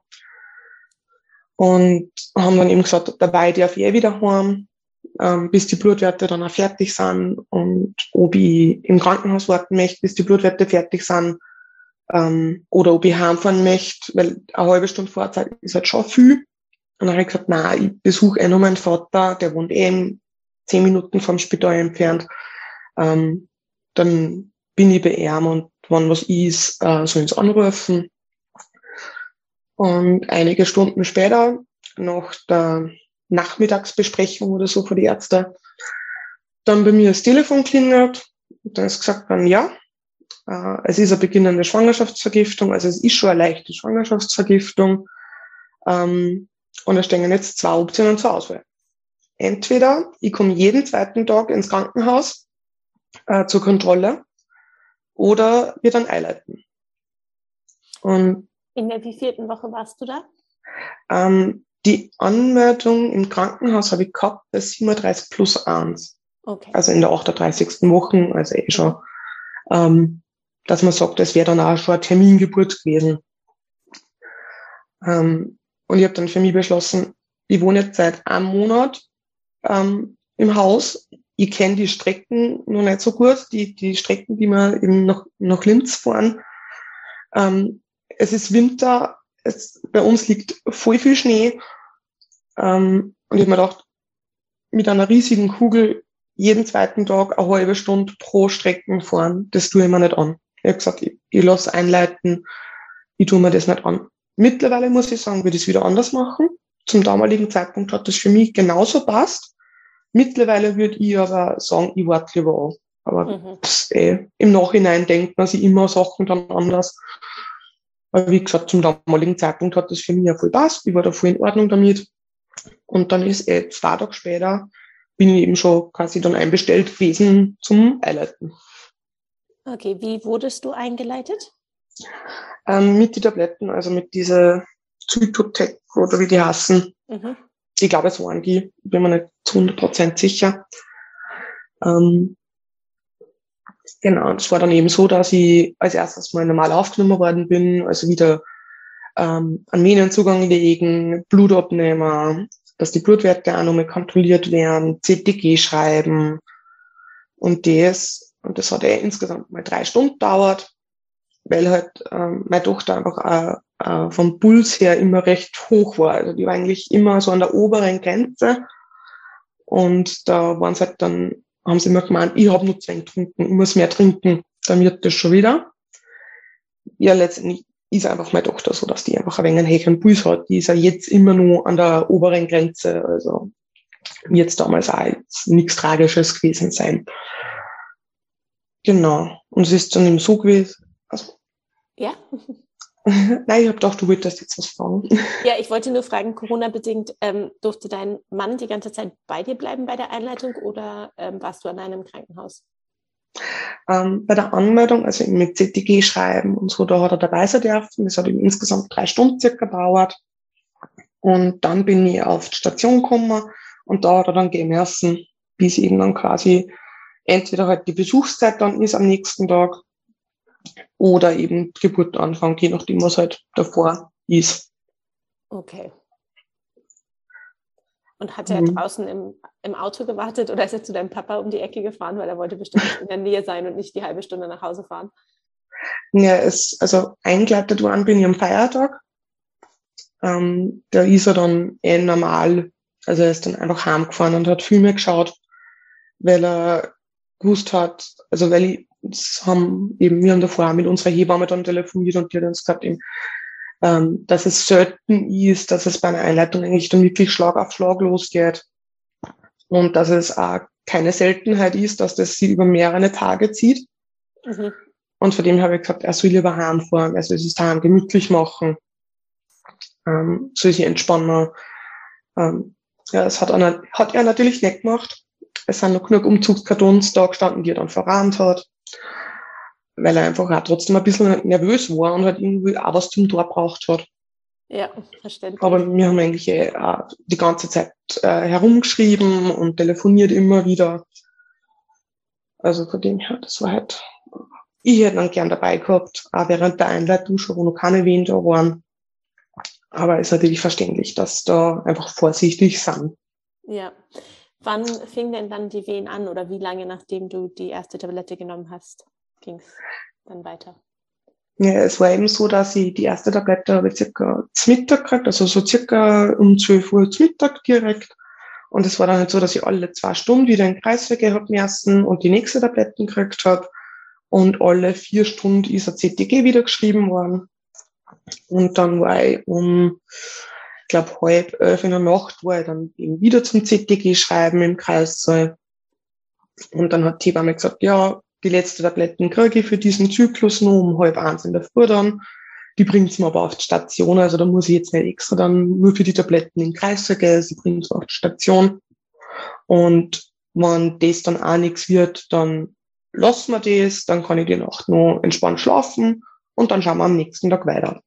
B: Und haben dann eben gesagt, dabei darf ich wieder heim, bis die Blutwerte dann auch fertig sind. Und ob ich im Krankenhaus warten möchte, bis die Blutwerte fertig sind, oder ob ich heimfahren möchte, weil eine halbe Stunde Fahrzeit ist halt schon viel. Und dann habe ich gesagt, nein, ich besuche noch meinen Vater, der wohnt 10 Minuten vom Spital entfernt. Dann bin ich bei ihm und wenn was ist, sollen sie anrufen. Und einige Stunden später, nach der Nachmittagsbesprechung oder so von den Ärzten, dann bei mir das Telefon klingelt. Und dann ist gesagt worden, ja, es ist eine beginnende Schwangerschaftsvergiftung, also es ist schon eine leichte Schwangerschaftsvergiftung. Und da stehen jetzt 2 Optionen zur Auswahl. Entweder ich komme jeden zweiten Tag ins Krankenhaus zur Kontrolle oder wir dann einleiten. Und
C: in der wievielten Woche warst du da?
B: Die Anmeldung im Krankenhaus habe ich gehabt bei 37 plus 1.
C: Okay.
B: Also in der 38. Woche, also schon, dass man sagt, es wäre dann auch schon eine Termingeburt gewesen. Und ich habe dann für mich beschlossen, ich wohne jetzt seit einem Monat im Haus. Ich kenne die Strecken noch nicht so gut, die Strecken, die wir eben nach Linz fahren. Es ist Winter, bei uns liegt voll viel Schnee. Und ich habe mir gedacht, mit einer riesigen Kugel jeden zweiten Tag eine halbe Stunde pro Strecken fahren, das tue ich mir nicht an. Ich habe gesagt, ich lasse einleiten, ich tue mir das nicht an. Mittlerweile muss ich sagen, würde ich es wieder anders machen. Zum damaligen Zeitpunkt hat das für mich genauso passt. Mittlerweile würde ich aber sagen, ich warte lieber an. Aber im Nachhinein denkt man sich immer Sachen dann anders. Aber wie gesagt, zum damaligen Zeitpunkt hat das für mich ja voll passt. Ich war da voll in Ordnung damit. Und dann ist 2 Tage später, bin ich eben schon quasi dann einbestellt gewesen zum Einleiten.
C: Okay, wie wurdest du eingeleitet?
B: Mit den Tabletten, also mit dieser Zytotec oder wie die heißen. Ich glaube, es waren die, bin mir nicht zu 100% sicher. Genau, es war dann eben so, dass ich als erstes mal normal aufgenommen worden bin, also wieder an Venenzugang legen, Blut abnehmen, dass die Blutwerte auch nochmal kontrolliert werden, CTG schreiben und das hat insgesamt mal 3 Stunden gedauert, weil halt meine Tochter einfach vom Puls her immer recht hoch war. Also die war eigentlich immer so an der oberen Grenze und da waren sie halt dann, haben sie immer gemeint, ich habe nur 2 getrunken, ich muss mehr trinken, dann wird das schon wieder. Ja, letztendlich ist einfach meine Tochter so, dass die einfach ein wenig einen höheren Puls hat. Die ist ja jetzt immer nur an der oberen Grenze. Also jetzt damals auch jetzt nichts Tragisches gewesen sein. Genau. Und es ist dann eben so gewesen. Also,
C: ja?
B: Nein, ich habe gedacht, du wolltest jetzt was fragen.
C: Ja, ich wollte nur fragen, Corona-bedingt, durfte dein Mann die ganze Zeit bei dir bleiben bei der Einleitung oder warst du alleine im Krankenhaus?
B: Bei der Anmeldung, also mit CTG schreiben und so, da hat er dabei sein dürfen. Das hat ihm insgesamt 3 Stunden circa gedauert. Und dann bin ich auf die Station gekommen und da hat er dann gehen müssen, bis eben dann quasi entweder halt die Besuchszeit dann ist am nächsten Tag oder eben die Geburt anfängt, je nachdem, was halt davor ist.
C: Okay. Und hat er draußen im Auto gewartet oder ist er zu deinem Papa um die Ecke gefahren, weil er wollte bestimmt in der Nähe sein und nicht die halbe Stunde nach Hause fahren?
B: Ja, also eingeleitet worden bin ich am Feiertag. Da ist er dann normal, also er ist dann einfach heimgefahren und hat Filme geschaut, weil er gewusst hat, also wir haben davor auch mit unserer Hebamme dann telefoniert und die hat uns gesagt, eben, dass es selten ist, dass es bei einer Einleitung eigentlich dann wirklich Schlag auf Schlag losgeht und dass es auch keine Seltenheit ist, dass das sich über mehrere Tage zieht. Und von dem habe ich gesagt, er soll lieber heimfahren, also es ist daheim gemütlich machen, soll sich entspannen. Ja, das hat er natürlich nicht gemacht. Es sind noch genug Umzugskartons da gestanden, die er dann verrannt hat, weil er einfach auch trotzdem ein bisschen nervös war und halt irgendwie auch was zum Tor braucht hat.
C: Ja, verständlich.
B: Aber wir haben eigentlich die ganze Zeit herumgeschrieben und telefoniert immer wieder. Also von dem her, das war halt, ich hätte dann gern dabei gehabt, auch während der Einleitung schon, wo noch keine Wehen da waren. Aber es ist natürlich verständlich, dass da einfach vorsichtig sind.
C: Ja. Wann fing denn dann die Wehen an oder wie lange nachdem du die erste Tablette genommen hast, ging es dann weiter?
B: Ja, es war eben so, dass ich die erste Tablette habe ich circa zum Mittag gekriegt, also so circa um 12 Uhr zum Mittag direkt. Und es war dann halt so, dass ich alle 2 Stunden wieder in den Kreisweg gehabt müssen und die nächste Tabletten gekriegt habe. Und alle 4 Stunden ist ein CTG wieder geschrieben worden. Und dann war ich ich glaube 10:30 in der Nacht, war ich dann eben wieder zum CTG schreiben im Kreissaal. Und dann hat die Hebamme gesagt, ja, die letzte Tabletten kriege ich für diesen Zyklus nur um 12:30 in der Früh dann. Die bringt's mir aber auf die Station, also da muss ich jetzt nicht extra dann nur für die Tabletten in den Kreissaal gehen, sie bringt's auf die Station. Und wenn das dann auch nichts wird, dann lassen wir das, dann kann ich die Nacht noch entspannt schlafen und dann schauen wir am nächsten Tag weiter.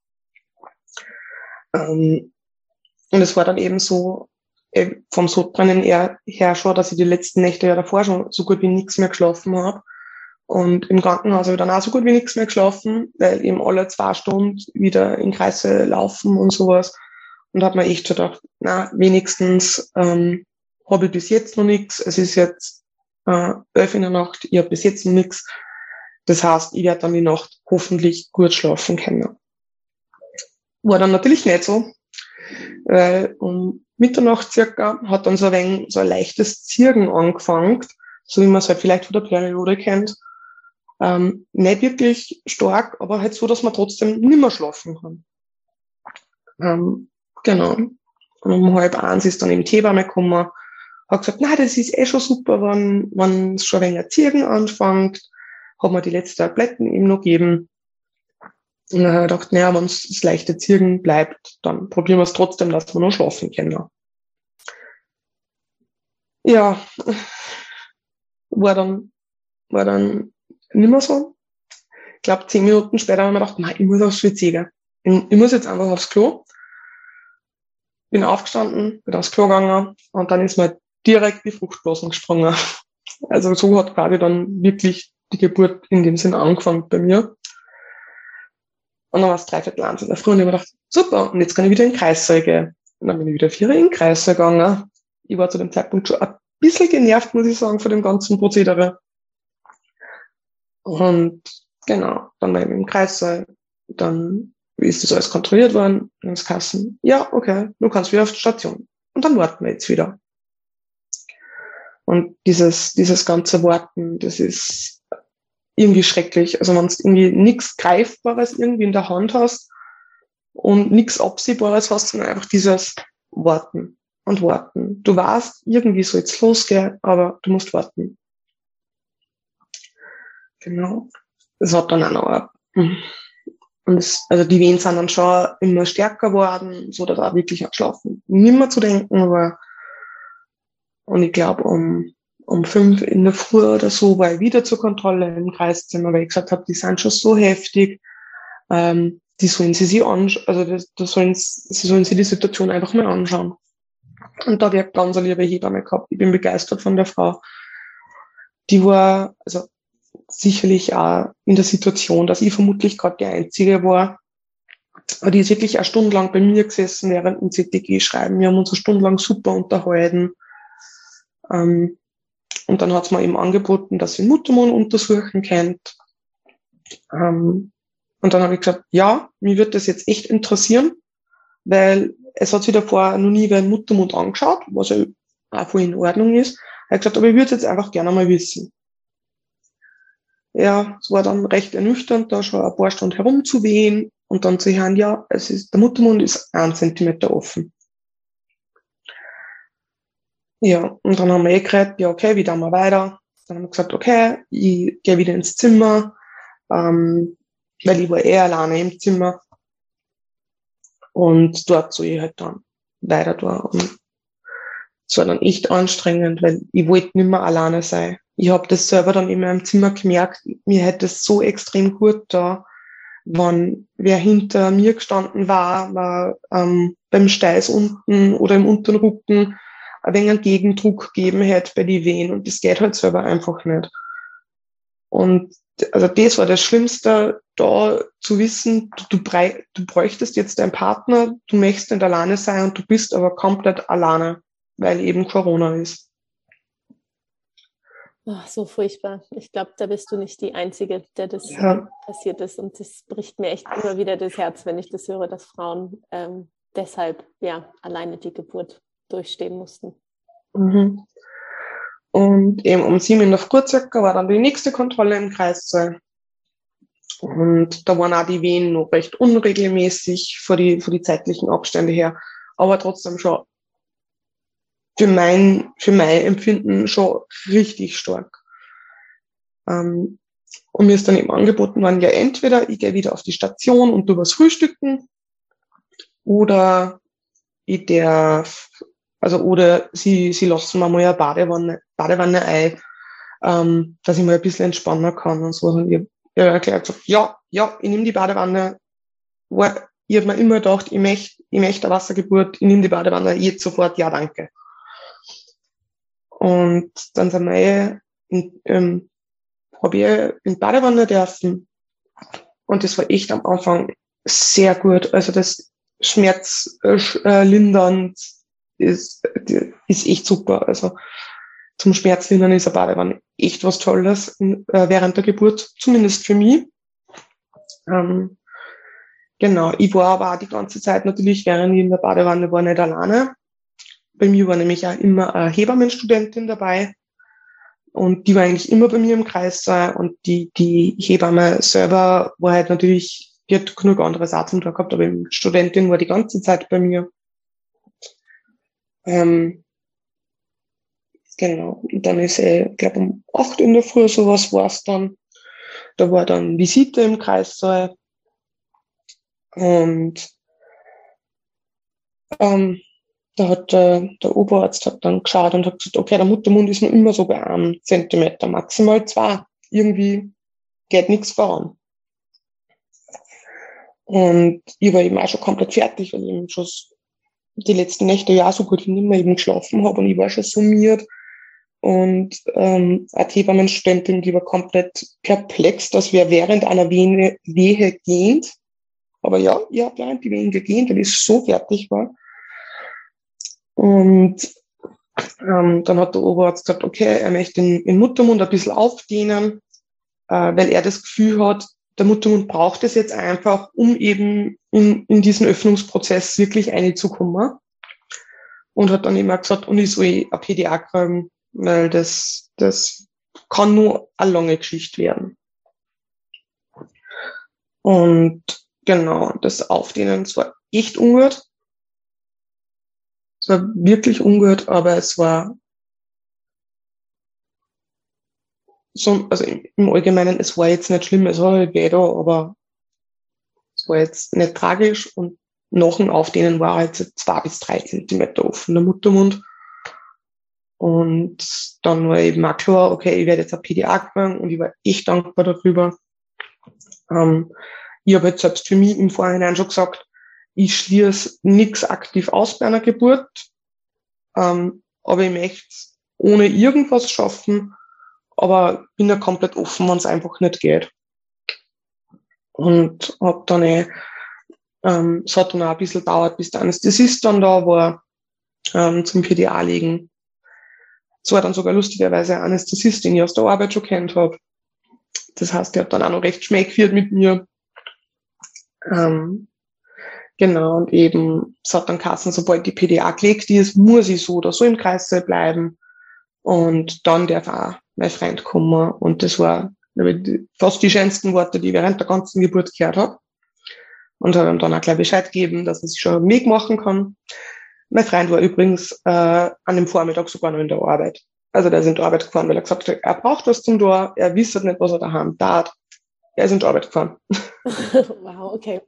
B: Und es war dann eben so, vom Sodbrennen her schon, dass ich die letzten Nächte ja davor schon so gut wie nichts mehr geschlafen habe. Und im Krankenhaus habe ich dann auch so gut wie nichts mehr geschlafen, weil eben alle 2 Stunden wieder in Kreise laufen und sowas. Und habe mir echt schon gedacht, na, wenigstens habe ich bis jetzt noch nichts. Es ist jetzt 11 in der Nacht, ich habe bis jetzt noch nichts. Das heißt, ich werde dann die Nacht hoffentlich gut schlafen können. War dann natürlich nicht so, weil um Mitternacht circa hat dann so ein leichtes Zirgen angefangen, so wie man es halt vielleicht von der Periode kennt. Nicht wirklich stark, aber halt so, dass man trotzdem nimmer schlafen kann. Genau. Und um 12:30 ist dann eben die Hebamme gekommen, hat gesagt, na, das ist schon super, wenn es schon ein wenig Zirgen anfängt, hat mir die letzten Tabletten eben noch gegeben. Und dann habe ich gedacht, naja, wenn es das leichte Zirgen bleibt, dann probieren wir es trotzdem, dass wir noch schlafen können. Ja, war dann nicht mehr so. Ich glaube, 10 Minuten später habe ich mir gedacht, nein, ich muss aufs WC gehen. Ich muss jetzt einfach aufs Klo. Bin aufgestanden, bin aufs Klo gegangen und dann ist mir direkt die Fruchtblasen gesprungen. Also so hat quasi dann wirklich die Geburt in dem Sinn angefangen bei mir. Und dann war es 1:45 in der Früh und ich habe mir gedacht, super, und jetzt kann ich wieder in den Kreissaal gehen. Und dann bin ich wieder 4 in den Kreissaal gegangen. Ich war zu dem Zeitpunkt schon ein bisschen genervt, muss ich sagen, von dem ganzen Prozedere. Und genau, dann war ich im Kreissaal, dann ist das alles kontrolliert worden, dann ist Kassen, ja, okay, du kannst wieder auf die Station. Und dann warten wir jetzt wieder. Und dieses ganze Warten, das ist irgendwie schrecklich. Also wenn du irgendwie nichts Greifbares irgendwie in der Hand hast und nichts Absehbares hast, sondern einfach dieses Warten und Warten. Du weißt, irgendwie soll es losgehen, aber du musst warten. Genau. Das hat dann auch noch. Und also die Wehen sind dann schon immer stärker geworden, so dass auch wirklich an Schlafen nicht mehr zu denken war. Und ich glaube, um 5 in der Früh oder so war ich wieder zur Kontrolle im Kreiszimmer, weil ich gesagt habe, die sind schon so heftig, die sollen sie sich anschauen, also sie sollen sich die Situation einfach mal anschauen. Und da habe ich eine ganz liebe Hebamme gehabt. Ich bin begeistert von der Frau. Die war also sicherlich auch in der Situation, dass ich vermutlich gerade die Einzige war. Aber die ist wirklich eine Stunde lang bei mir gesessen während dem CTG-Schreiben. Wir haben uns eine Stunde lang super unterhalten. Und dann hat es mir eben angeboten, dass sie den Muttermund untersuchen könnt. Und dann habe ich gesagt, ja, mich würde das jetzt echt interessieren, weil es hat sich davor noch nie wer den Muttermund angeschaut, was ja auch voll in Ordnung ist. Ich habe gesagt, aber ich würde es jetzt einfach gerne mal wissen. Ja, es war dann recht ernüchternd, da schon ein paar Stunden herumzuwehen und dann zu hören, ja, der Muttermund ist 1 Zentimeter offen. Ja, und dann haben wir geredet, ja, okay, wie tun wir weiter? Dann haben wir gesagt, okay, ich gehe wieder ins Zimmer, weil ich war alleine im Zimmer. Und dort soll ich halt dann weiter da. Und es war dann echt anstrengend, weil ich wollte nicht mehr alleine sein. Ich habe das selber dann in meinem Zimmer gemerkt, mir hätte es so extrem gut da, wenn wer hinter mir gestanden war beim Steiß unten oder im unteren Rücken ein wenig einen Gegendruck gegeben hätte bei die Wehen. Und das geht halt selber einfach nicht. Und also das war das Schlimmste, da zu wissen, du bräuchtest jetzt einen Partner, du möchtest nicht alleine sein und du bist aber komplett alleine, weil eben Corona ist.
C: Ach, so furchtbar. Ich glaube, da bist du nicht die Einzige, der das passiert ist. Und das bricht mir echt immer wieder das Herz, wenn ich das höre, dass Frauen deshalb ja alleine die Geburt durchstehen mussten.
B: Mhm. Und eben um 7 in der Früh circa war dann die nächste Kontrolle im Kreissaal. Und da waren auch die Wehen noch recht unregelmäßig vor die zeitlichen Abstände her, aber trotzdem schon für mein Empfinden schon richtig stark. Und mir ist dann eben angeboten worden, ja, entweder ich gehe wieder auf die Station und du was frühstücken oder ich darf, also oder sie lassen mir mal eine Badewanne ein, dass ich mal ein bisschen entspannen kann und so. Und ich habe gleich gesagt, ja, ich nehme die Badewanne. Ich habe mir immer gedacht, ich möchte eine Wassergeburt, ich nehme die Badewanne jetzt sofort, ja, danke. Und dann sind wir habe ich in die Badewanne dürfen. Und das war echt am Anfang sehr gut. Also das Schmerzlindernd ist echt super. Also zum Schmerzlindern ist eine Badewanne echt was Tolles während der Geburt, zumindest für mich. Genau, ich war aber auch die ganze Zeit natürlich, während ich in der Badewanne war, nicht alleine. Bei mir war nämlich auch immer eine Hebammenstudentin dabei. Und die war eigentlich immer bei mir im Kreissaal. Und die Hebamme selber war halt natürlich, die hat genug anderes auch zum Tag gehabt, aber die Studentin war die ganze Zeit bei mir. Genau. Und dann ist ich glaube um 8 in der Früh, sowas war's dann. Da war dann Visite im Kreissaal. Und da hat der Oberarzt hat dann geschaut und hat gesagt, okay, der Muttermund ist noch immer so bei 1 Zentimeter, maximal 2. Irgendwie geht nichts voran. Und ich war eben auch schon komplett fertig, weil ich eben schon die letzten Nächte ja so gut wie nicht mehr eben geschlafen habe und ich war schon summiert. Und eine Hebammenstudentin, die war komplett perplex, dass wir während einer Wehe gehend, aber ja, ich habe während die Wehen gegähnt, weil ich so fertig war. Und dann hat der Oberarzt gesagt, okay, er möchte den Muttermund ein bisschen aufdehnen, weil er das Gefühl hat, der Muttermund braucht es jetzt einfach, um eben in diesen Öffnungsprozess wirklich reinzukommen. Und hat dann immer gesagt, und ich soll eine PDA kriegen, weil das kann nur eine lange Geschichte werden. Und genau, das Aufdehnen, es war echt ungut. Es war wirklich ungut, aber es war so, also im Allgemeinen, es war jetzt nicht schlimm, es war halt weh da, aber es war jetzt nicht tragisch und nach dem Aufdehnen war halt 2 bis 3 Zentimeter offen, der Muttermund. Und dann war eben auch klar, okay, ich werde jetzt eine PDA kriegen und ich war echt dankbar darüber. Ich habe jetzt selbst für mich im Vorhinein schon gesagt, ich schließe nichts aktiv aus bei einer Geburt, aber ich möchte es ohne irgendwas schaffen, aber bin ja komplett offen, wenn es einfach nicht geht. Und habe dann es hat dann auch ein bisschen gedauert, bis der Anästhesist dann da war zum PDA legen. Es war dann sogar lustigerweise ein Anästhesist, den ich aus der Arbeit schon kennt habe. Das heißt, der hat dann auch noch recht schmäh geführt mit mir. Genau, und eben, es hat dann geheißen, sobald die PDA gelegt ist, muss ich so oder so im Kreissaal bleiben. Und dann darf auch mein Freund kommen. Und das war fast die schönsten Worte, die ich während der ganzen Geburt gehört habe. Und habe ihm dann auch gleich Bescheid gegeben, dass er sich schon mitmachen kann. Mein Freund war übrigens an dem Vormittag sogar noch in der Arbeit. Also der ist in die Arbeit gefahren, weil er gesagt hat, er braucht was zum Tor, er wisse nicht, was er daheim tat. Er ist in die Arbeit gefahren.
C: Wow, okay.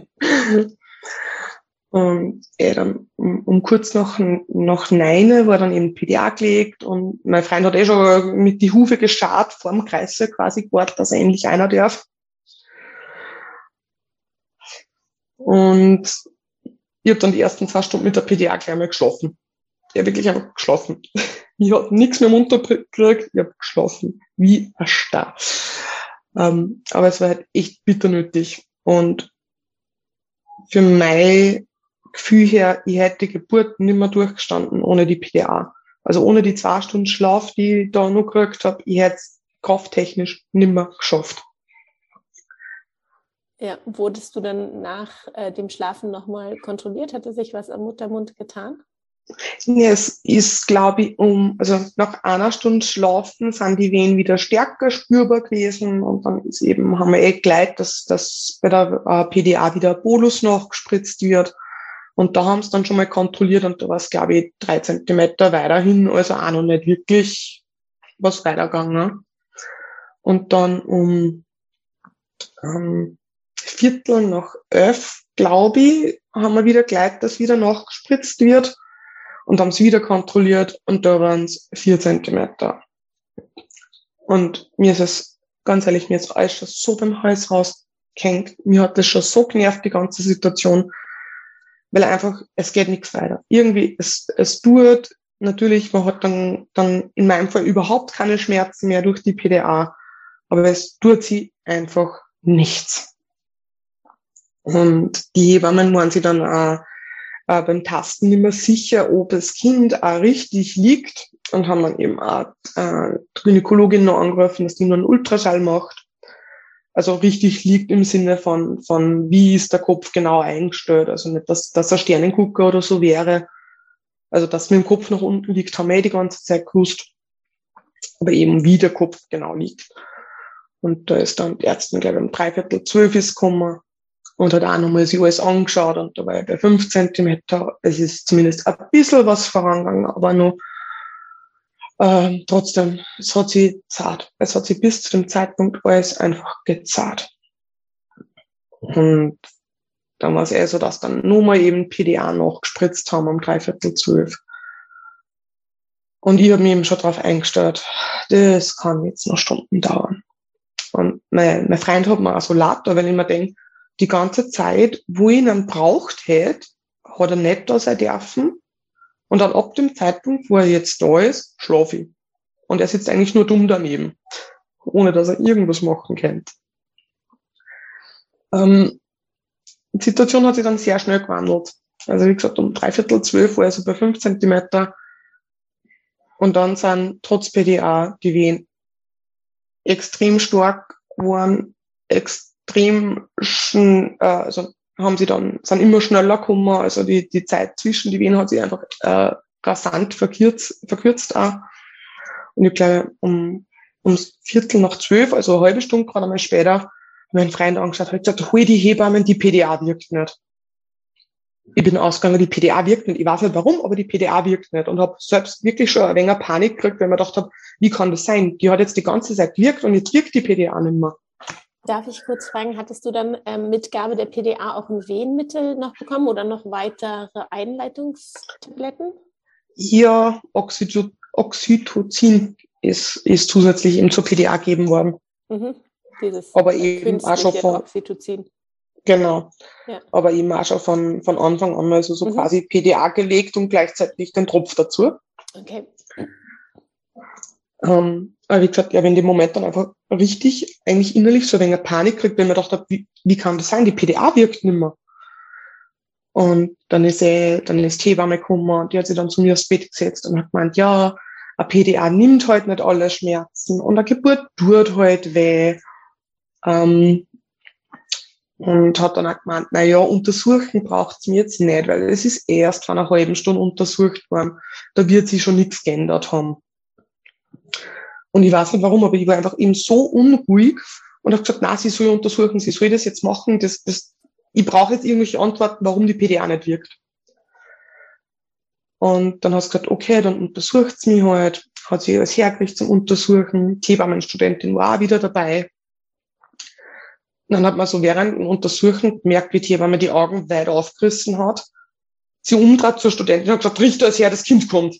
B: Und dann um kurz nach 9 war dann eben PDA gelegt und mein Freund hat schon mit die Hufe geschart vor dem Kreissaal quasi gewartet, dass er endlich einer darf. Und ich habe dann die ersten 2 Stunden mit der PDA gleich mal geschlafen. Ich habe wirklich einfach geschlafen. Ich habe nichts mehr runtergekriegt, ich habe geschlafen. Wie ein Star. Aber es war halt echt bitter nötig. Und für mein Gefühl her, ich hätte die Geburt nicht mehr durchgestanden ohne die PDA. Also ohne die 2 Stunden Schlaf, die ich da noch gekriegt habe, ich hätte es krafttechnisch nicht mehr geschafft.
C: Ja, wurdest du dann nach dem Schlafen nochmal kontrolliert? Hatte sich was am Muttermund getan?
B: Ja, es ist, glaube ich, also nach 1 Stunde Schlafen sind die Wehen wieder stärker spürbar gewesen und dann ist eben, haben wir gleich, dass bei der PDA wieder Bolus nachgespritzt wird und da haben sie dann schon mal kontrolliert und da war es, glaube ich, 3 Zentimeter weiterhin, also auch noch nicht wirklich was weitergegangen. Und dann Viertel nach 11, glaube ich, haben wir wieder gleich, dass wieder nachgespritzt wird. Und haben es wieder kontrolliert und da waren es 4 Zentimeter. Und mir ist es, ganz ehrlich, mir ist alles schon so beim Hals rausgehängt. Mir hat das schon so genervt, die ganze Situation, weil einfach, es geht nichts weiter. Irgendwie, es tut, natürlich, man hat dann in meinem Fall überhaupt keine Schmerzen mehr durch die PDA, aber es tut sie einfach nichts. Und die Hebammen waren sich dann auch beim Tasten nicht mehr sicher, ob das Kind auch richtig liegt und haben dann eben auch die Gynäkologin noch angerufen, dass die nur einen Ultraschall macht. Also richtig liegt im Sinne von wie ist der Kopf genau eingestellt. Also nicht, dass ein Sternengucker oder so wäre. Also dass mit dem Kopf nach unten liegt, haben wir die ganze Zeit gewusst. Aber eben wie der Kopf genau liegt. Und da ist dann die Ärztin, glaube ich, um 11:45 ist gekommen und hat auch nochmal sich alles angeschaut und da war ich bei 5 Zentimeter. Es ist zumindest ein bisschen was vorangegangen, aber noch trotzdem, es hat sich zart. Es hat sich bis zu dem Zeitpunkt alles einfach gezahlt. Und dann war es eher so, dass dann nochmal eben PDA nachgespritzt haben um 11:45. Und ich habe mich eben schon darauf eingestellt, das kann jetzt noch Stunden dauern. Und mein Freund hat mir auch so leid, weil ich mir denke, die ganze Zeit, wo ich ihn braucht hätte, hat er nicht da sein dürfen. Und dann ab dem Zeitpunkt, wo er jetzt da ist, schlafe ich. Und er sitzt eigentlich nur dumm daneben, ohne dass er irgendwas machen könnte. Die Situation hat sich dann sehr schnell gewandelt. Also wie gesagt, um 11:45 war er so bei 5 Zentimeter. Und dann sind trotz PDA die Wehen extrem stark geworden, also sind immer schneller gekommen, also die Zeit zwischen die Wehen hat sich einfach rasant verkürzt auch. Und ich glaube, um 11:45, also eine halbe Stunde gerade einmal später, mein Freund angeschaut, hat gesagt, hol die Hebammen, die PDA wirkt nicht. Ich bin ausgegangen, die PDA wirkt nicht. Ich weiß nicht warum, aber die PDA wirkt nicht. Und habe selbst wirklich schon ein wenig Panik gekriegt, weil ich mir gedacht habe, wie kann das sein? Die hat jetzt die ganze Zeit gewirkt und jetzt wirkt die PDA nicht mehr.
C: Darf ich kurz fragen, hattest du dann mit Gabe der PDA auch ein Wehenmittel noch bekommen oder noch weitere Einleitungstabletten?
B: Ja, Oxytocin ist zusätzlich eben zur PDA gegeben worden.
C: Mhm. Dieses
B: aber eben auch schon von
C: Oxytocin.
B: Genau.
C: Ja.
B: Aber eben auch schon von Anfang an, also so quasi PDA gelegt und gleichzeitig den Tropf dazu.
C: Okay.
B: Aber wie gesagt, ja, wenn die Moment dann einfach richtig, eigentlich innerlich so ein wenig Panik kriegt, wenn man gedacht, wie kann das sein? Die PDA wirkt nicht mehr. Und dann ist die Hebamme gekommen, die hat sich dann zu mir aufs Bett gesetzt und hat gemeint, ja, eine PDA nimmt halt nicht alle Schmerzen und eine Geburt tut halt weh. Und hat dann auch gemeint, naja, untersuchen braucht's mir jetzt nicht, weil es ist erst vor einer halben Stunde untersucht worden. Da wird sich schon nichts geändert haben. Und ich weiß nicht warum, aber ich war einfach eben so unruhig und habe gesagt, na, sie soll untersuchen, sie soll das jetzt machen. Ich brauche jetzt irgendwelche Antworten, warum die PDA nicht wirkt. Und dann hat sie gesagt, okay, dann untersucht's mich halt, hat sie alles hergekriegt zum Untersuchen. Die Hebammenstudentin war auch wieder dabei. Und dann hat man so während dem Untersuchen gemerkt, wie die Hebamme die Augen weit aufgerissen hat. Sie umdreht zur Studentin und hat gesagt, richte es her, das Kind kommt.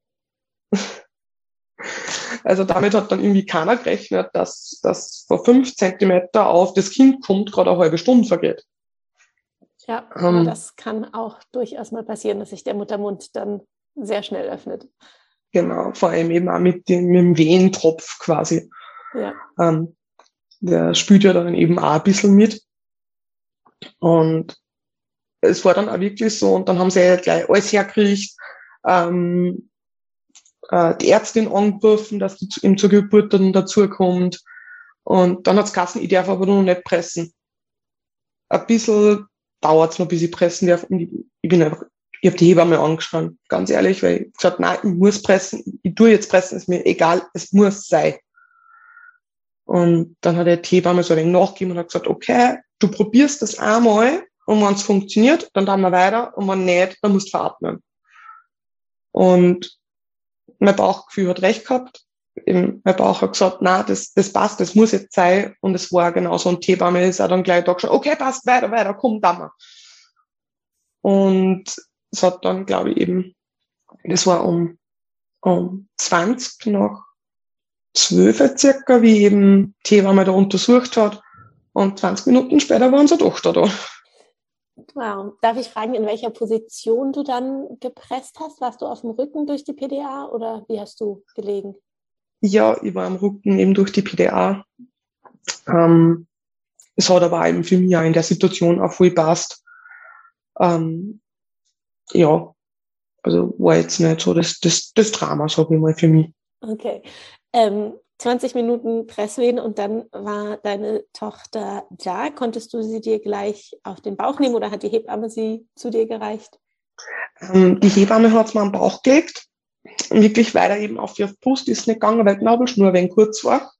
B: Also damit hat dann irgendwie keiner gerechnet, dass von 5 Zentimeter auf das Kind kommt, gerade eine halbe Stunde vergeht.
C: Ja, aber das kann auch durchaus mal passieren, dass sich der Muttermund dann sehr schnell öffnet.
B: Genau, vor allem eben auch mit dem Wehentropf quasi.
C: Ja.
B: Der spült ja dann eben auch ein bisschen mit. Und es war dann auch wirklich so, und dann haben sie ja gleich alles hergekriegt, die Ärztin angerufen, dass die ihm zur Geburt dann dazukommt. Und dann hat's geheißen, ich darf aber noch nicht pressen. Ein bisschen dauert's noch, bis ich pressen darf. Und ich habe die Hebamme angeschrien, ganz ehrlich, weil ich gesagt, nein, ich muss pressen, ich tue jetzt pressen, ist mir egal, es muss sein. Und dann hat die Hebamme so ein wenig nachgegeben und hat gesagt, okay, du probierst das einmal und wenn es funktioniert, dann tun wir weiter und wenn nicht, dann musst du veratmen. Und mein Bauchgefühl hat recht gehabt. Mein Bauch hat gesagt, nein, das passt, das muss jetzt sein. Und es war genauso. Und die Hebamme ist auch dann gleich da geschaut, okay, passt, weiter, komm, da mal. Und es hat dann, glaube ich, eben, das war um 20 nach 12 circa, wie eben die Hebamme da untersucht hat. Und 20 Minuten später waren sie doch da.
C: Wow. Darf ich fragen, in welcher Position du dann gepresst hast? Warst du auf dem Rücken durch die PDA oder wie hast du gelegen?
B: Ja, ich war am Rücken eben durch die PDA. Es hat aber eben für mich auch in der Situation auch voll passt. Ja, also war jetzt nicht so das Drama, sag ich mal, für mich.
C: Okay. 20 Minuten Presswehen und dann war deine Tochter da. Konntest du sie dir gleich auf den Bauch nehmen oder hat die Hebamme sie zu dir gereicht?
B: Die Hebamme hat es mir am Bauch gelegt. Wirklich weiter eben auf die Brust ist nicht gegangen, weil die Nabelschnur ein wenig kurz war.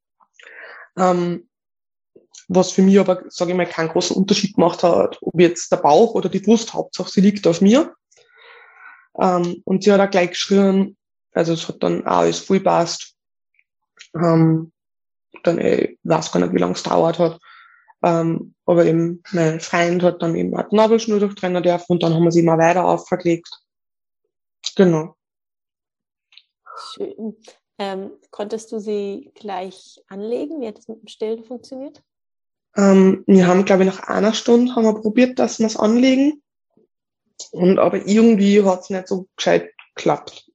B: Was für mich aber, sage ich mal, keinen großen Unterschied gemacht hat, ob jetzt der Bauch oder die Brust, Hauptsache sie liegt auf mir. Und sie hat auch gleich geschrien, also es hat dann auch alles voll passt. Dann, ich weiß gar nicht, wie lange es dauert hat. Aber eben mein Freund hat dann eben auch die Nabelschnur durchtrennen dürfen und dann haben wir sie mal weiter aufgelegt. Genau.
C: Schön. Konntest du sie gleich anlegen? Wie hat das mit dem Stillen funktioniert?
B: Wir haben, glaube ich, nach einer Stunde haben wir probiert, dass wir es anlegen. Aber irgendwie hat es nicht so gescheit geklappt.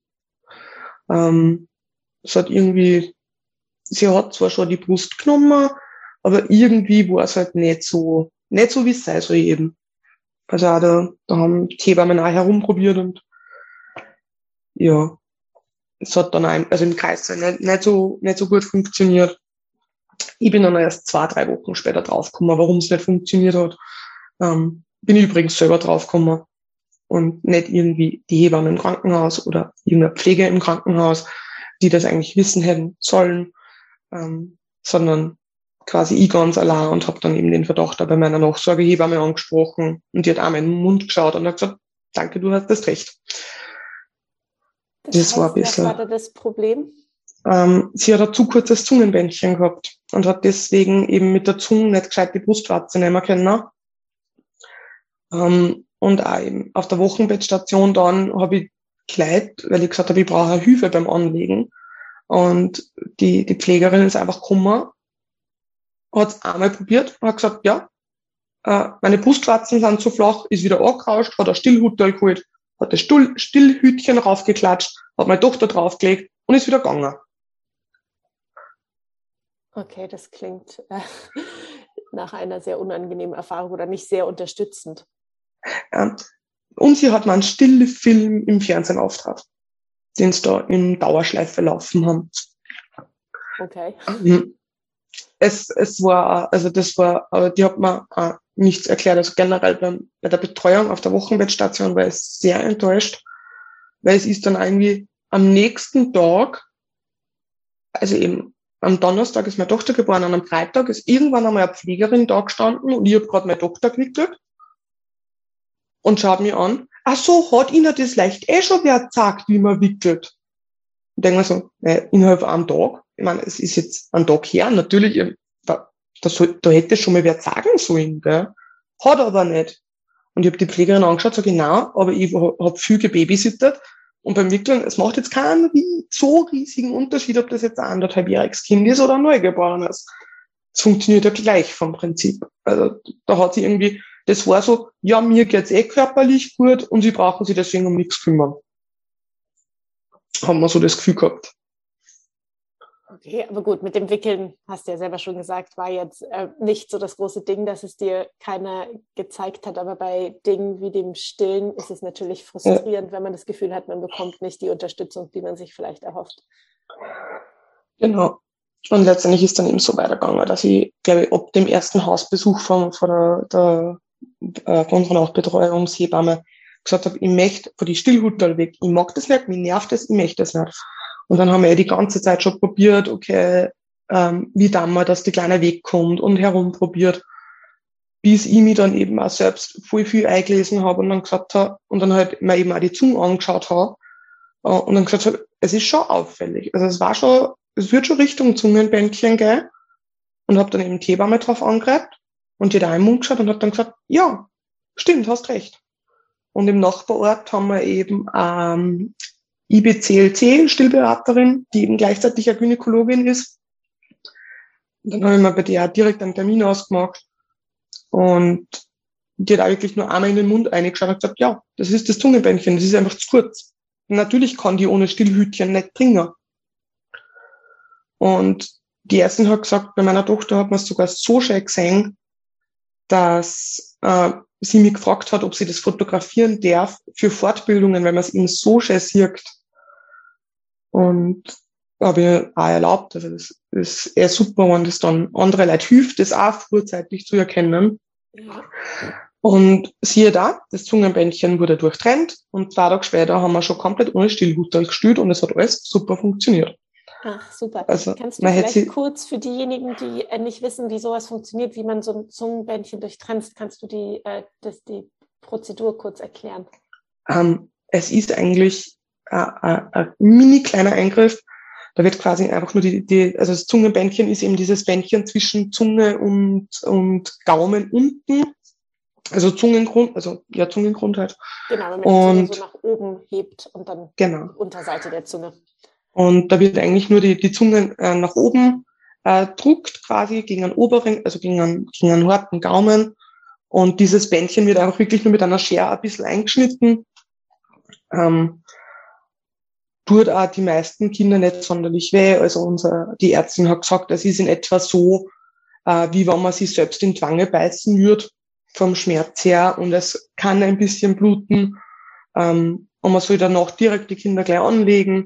B: Es hat irgendwie, sie hat zwar schon die Brust genommen, aber irgendwie war es halt nicht so wie es sein soll eben. Also auch da haben die Hebammen auch herumprobiert und ja, es hat dann also im Kreis nicht so gut funktioniert. Ich bin dann erst 2-3 Wochen später draufgekommen, warum es nicht funktioniert hat. Bin ich übrigens selber draufgekommen und nicht irgendwie die Hebamme im Krankenhaus oder irgendeine Pflege im Krankenhaus, die das eigentlich wissen hätten sollen, sondern quasi ich ganz allein und habe dann eben den Verdacht bei meiner Nachsorgehebamme angesprochen und die hat auch in den Mund geschaut und hat gesagt, danke, du hast recht.
C: Das heißt,
B: war ein bisschen,
C: was war da das Problem?
B: Sie hat ein zu kurzes Zungenbändchen gehabt und hat deswegen eben mit der Zunge nicht gescheit die Brustwarze nehmen können. Und auch eben auf der Wochenbettstation dann habe ich gleich, weil ich gesagt habe, ich brauche Hilfe beim Anlegen. Und die Pflegerin ist einfach gekommen, hat es einmal probiert und hat gesagt, ja, meine Brustwarzen sind zu flach, ist wieder angerauscht, hat ein Stillhütchen geholt, hat das Stillhütchen raufgeklatscht, hat meine Tochter draufgelegt und ist wieder gegangen.
C: Okay, das klingt nach einer sehr unangenehmen Erfahrung oder nicht sehr unterstützend.
B: Und sie hat mal einen Stillfilm im Fernsehen aufgetragen, den sie da in Dauerschleife laufen haben.
C: Okay.
B: Es war, also das war, aber die hat mir nichts erklärt. Also generell bei der Betreuung auf der Wochenbettstation war ich sehr enttäuscht, weil es ist dann irgendwie am nächsten Tag, also eben am Donnerstag ist meine Tochter geboren, und am Freitag ist irgendwann einmal eine Pflegerin da gestanden und ich habe gerade meine Tochter gewickelt und schaut mich an. Ach so, hat Ihnen das leicht schon wer gesagt, wie man wickelt? Und denke mir so, innerhalb einem Tag. Ich meine, es ist jetzt ein Tag her, natürlich, da hätte schon mal wer sagen sollen, gell? Hat aber nicht. Und ich habe die Pflegerin angeschaut, sage genau, aber ich habe viel gebabysittet. Und beim Wickeln, es macht jetzt keinen so riesigen Unterschied, ob das jetzt ein 1,5-jähriges Kind ist oder ein Neugeborenes. Es funktioniert ja gleich vom Prinzip. Also da hat sie irgendwie, das war so, ja, mir geht's körperlich gut und sie brauchen sich deswegen um nichts kümmern. Haben wir so das Gefühl gehabt.
C: Okay, aber gut, mit dem Wickeln, hast du ja selber schon gesagt, war jetzt nicht so das große Ding, dass es dir keiner gezeigt hat. Aber bei Dingen wie dem Stillen ist es natürlich frustrierend, wenn man das Gefühl hat, man bekommt nicht die Unterstützung, die man sich vielleicht erhofft.
B: Genau. Und letztendlich ist dann eben so weitergegangen, dass ich, glaube ich, ab dem ersten Hausbesuch von unserer Nachbetreuungshebamme gesagt habe, ich möchte von die Stillhutterl weg. Ich mag das nicht, mich nervt das, ich möchte das nicht. Und dann haben wir die ganze Zeit schon probiert, okay, wie dann mal, dass die Kleine wegkommt und herumprobiert, bis ich mich dann eben auch selbst voll viel eingelesen habe und dann gesagt habe, und dann halt mir eben auch die Zunge angeschaut habe und dann gesagt habe, es ist schon auffällig. Also es wird schon Richtung Zungenbändchen gehen und habe dann eben die Hebamme drauf angereibt und die da im Mund geschaut und hat dann gesagt, ja, stimmt, hast recht. Und im Nachbarort haben wir eben IBCLC-Stillberaterin, die eben gleichzeitig eine Gynäkologin ist. Und dann habe ich mir bei der direkt einen Termin ausgemacht und die hat auch wirklich nur einmal in den Mund reingeschaut und gesagt, ja, das ist das Zungenbändchen, das ist einfach zu kurz. Und natürlich kann die ohne Stillhütchen nicht bringen. Und die Ärztin hat gesagt, bei meiner Tochter hat man es sogar so schön gesehen, dass sie mich gefragt hat, ob sie das fotografieren darf für Fortbildungen, weil man es eben so schön sieht. Und habe ich auch erlaubt. Also das ist eher super, wenn das dann andere Leute hilft, das auch frühzeitig zu erkennen. Ja. Und siehe da, das Zungenbändchen wurde durchtrennt und 2 Tage später haben wir schon komplett ohne Stillhut gestillt und es hat alles super funktioniert.
C: Ach, super.
B: Also,
C: kannst du vielleicht kurz für diejenigen, die nicht wissen, wie sowas funktioniert, wie man so ein Zungenbändchen durchtrennt, kannst du die Prozedur kurz erklären?
B: Es ist eigentlich ein mini kleiner Eingriff. Da wird quasi einfach nur also das Zungenbändchen ist eben dieses Bändchen zwischen Zunge und Gaumen unten. Also Zungengrund halt.
C: Genau, wenn man die Zunge so nach oben hebt und dann
B: genau.
C: Die Unterseite der Zunge.
B: Und da wird eigentlich nur die Zunge nach oben druckt quasi gegen einen oberen, also gegen einen harten Gaumen. Und dieses Bändchen wird einfach wirklich nur mit einer Schere ein bisschen eingeschnitten. Tut auch die meisten Kinder nicht sonderlich weh. Also die Ärztin hat gesagt, das ist in etwa so, wie wenn man sich selbst in die Wange beißen würde, vom Schmerz her. Und es kann ein bisschen bluten. Und man soll danach direkt die Kinder gleich anlegen.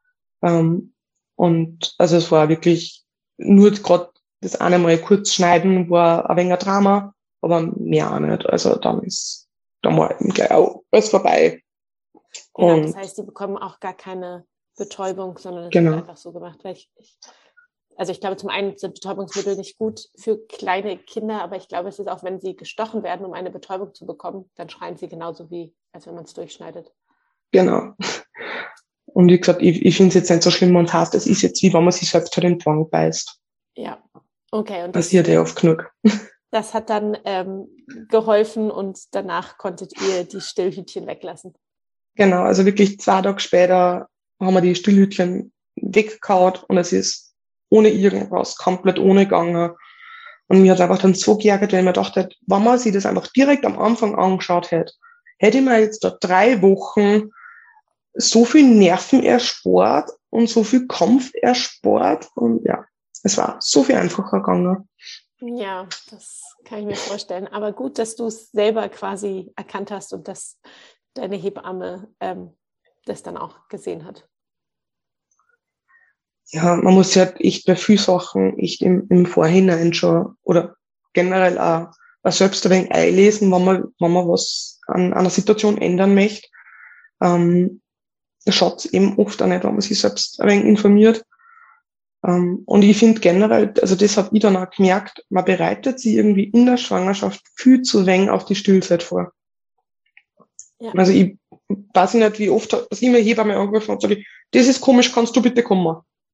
B: Und also es war wirklich nur gerade das eine Mal kurz schneiden, war ein wenig ein Drama, aber mehr auch nicht. Also dann war gleich auch alles vorbei.
C: Genau, das heißt, die bekommen auch gar keine Betäubung, sondern es wird einfach so gemacht. Weil ich glaube, zum einen sind Betäubungsmittel nicht gut für kleine Kinder, aber ich glaube, es ist auch, wenn sie gestochen werden, um eine Betäubung zu bekommen, dann schreien sie genauso wie, als wenn man es durchschneidet.
B: Genau. Und wie gesagt, ich finde es jetzt nicht so schlimm und heißt, es ist jetzt wie, wenn man sich selbst halt in den Wangen beißt.
C: Ja, okay. Und
B: passiert ja oft genug.
C: Das hat dann geholfen und danach konntet ihr die Stillhütchen weglassen.
B: Genau, also wirklich 2 Tage später haben wir die Stillhütchen weggehauen und es ist ohne irgendwas, komplett ohne gegangen. Und mir hat einfach dann so geärgert, weil ich mir dachte, wenn man sich das einfach direkt am Anfang angeschaut hätte ich mir jetzt da 3 Wochen so viel Nerven erspart und so viel Kampf erspart und ja, es war so viel einfacher gegangen.
C: Ja, das kann ich mir vorstellen. Aber gut, dass du es selber quasi erkannt hast und dass deine Hebamme das dann auch gesehen hat.
B: Ja, man muss ja echt bei vielen Sachen echt im Vorhinein schon oder generell auch selbst ein wenig einlesen, wenn man was an einer Situation ändern möchte. Schaut es eben oft auch nicht, wenn man sich selbst ein wenig informiert. Und ich finde generell, also das habe ich dann auch gemerkt, man bereitet sich irgendwie in der Schwangerschaft viel zu wenig auf die Stillzeit vor. Ja. Also ich weiß nicht, wie oft, dass ich mir Hebamme angerufen und sage, das ist komisch, kannst du bitte kommen?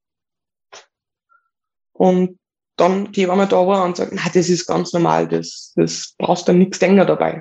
B: Und dann die Hebamme da war und sagt, na, das ist ganz normal, das brauchst du nichts denken dabei.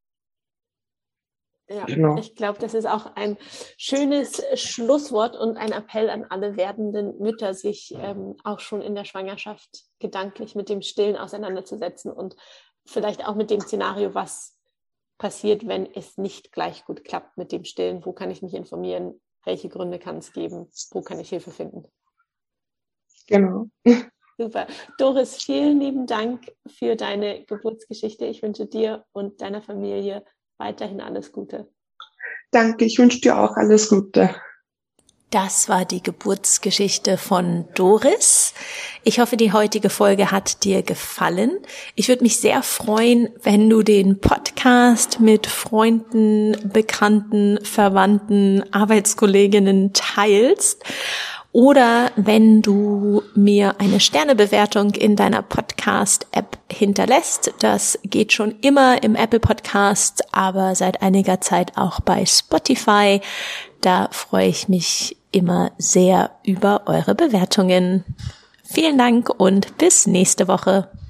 C: Ja, genau. Ich glaube, das ist auch ein schönes Schlusswort und ein Appell an alle werdenden Mütter, sich auch schon in der Schwangerschaft gedanklich mit dem Stillen auseinanderzusetzen und vielleicht auch mit dem Szenario, was passiert, wenn es nicht gleich gut klappt mit dem Stillen. Wo kann ich mich informieren? Welche Gründe kann es geben? Wo kann ich Hilfe finden?
B: Genau.
C: Super. Doris, vielen lieben Dank für deine Geburtsgeschichte. Ich wünsche dir und deiner Familie weiterhin alles Gute.
B: Danke, ich wünsche dir auch alles Gute.
A: Das war die Geburtsgeschichte von Doris. Ich hoffe, die heutige Folge hat dir gefallen. Ich würde mich sehr freuen, wenn du den Podcast mit Freunden, Bekannten, Verwandten, Arbeitskolleginnen teilst. Oder wenn du mir eine Sternebewertung in deiner Podcast-App hinterlässt. Das geht schon immer im Apple Podcast, aber seit einiger Zeit auch bei Spotify. Da freue ich mich immer sehr über eure Bewertungen. Vielen Dank und bis nächste Woche.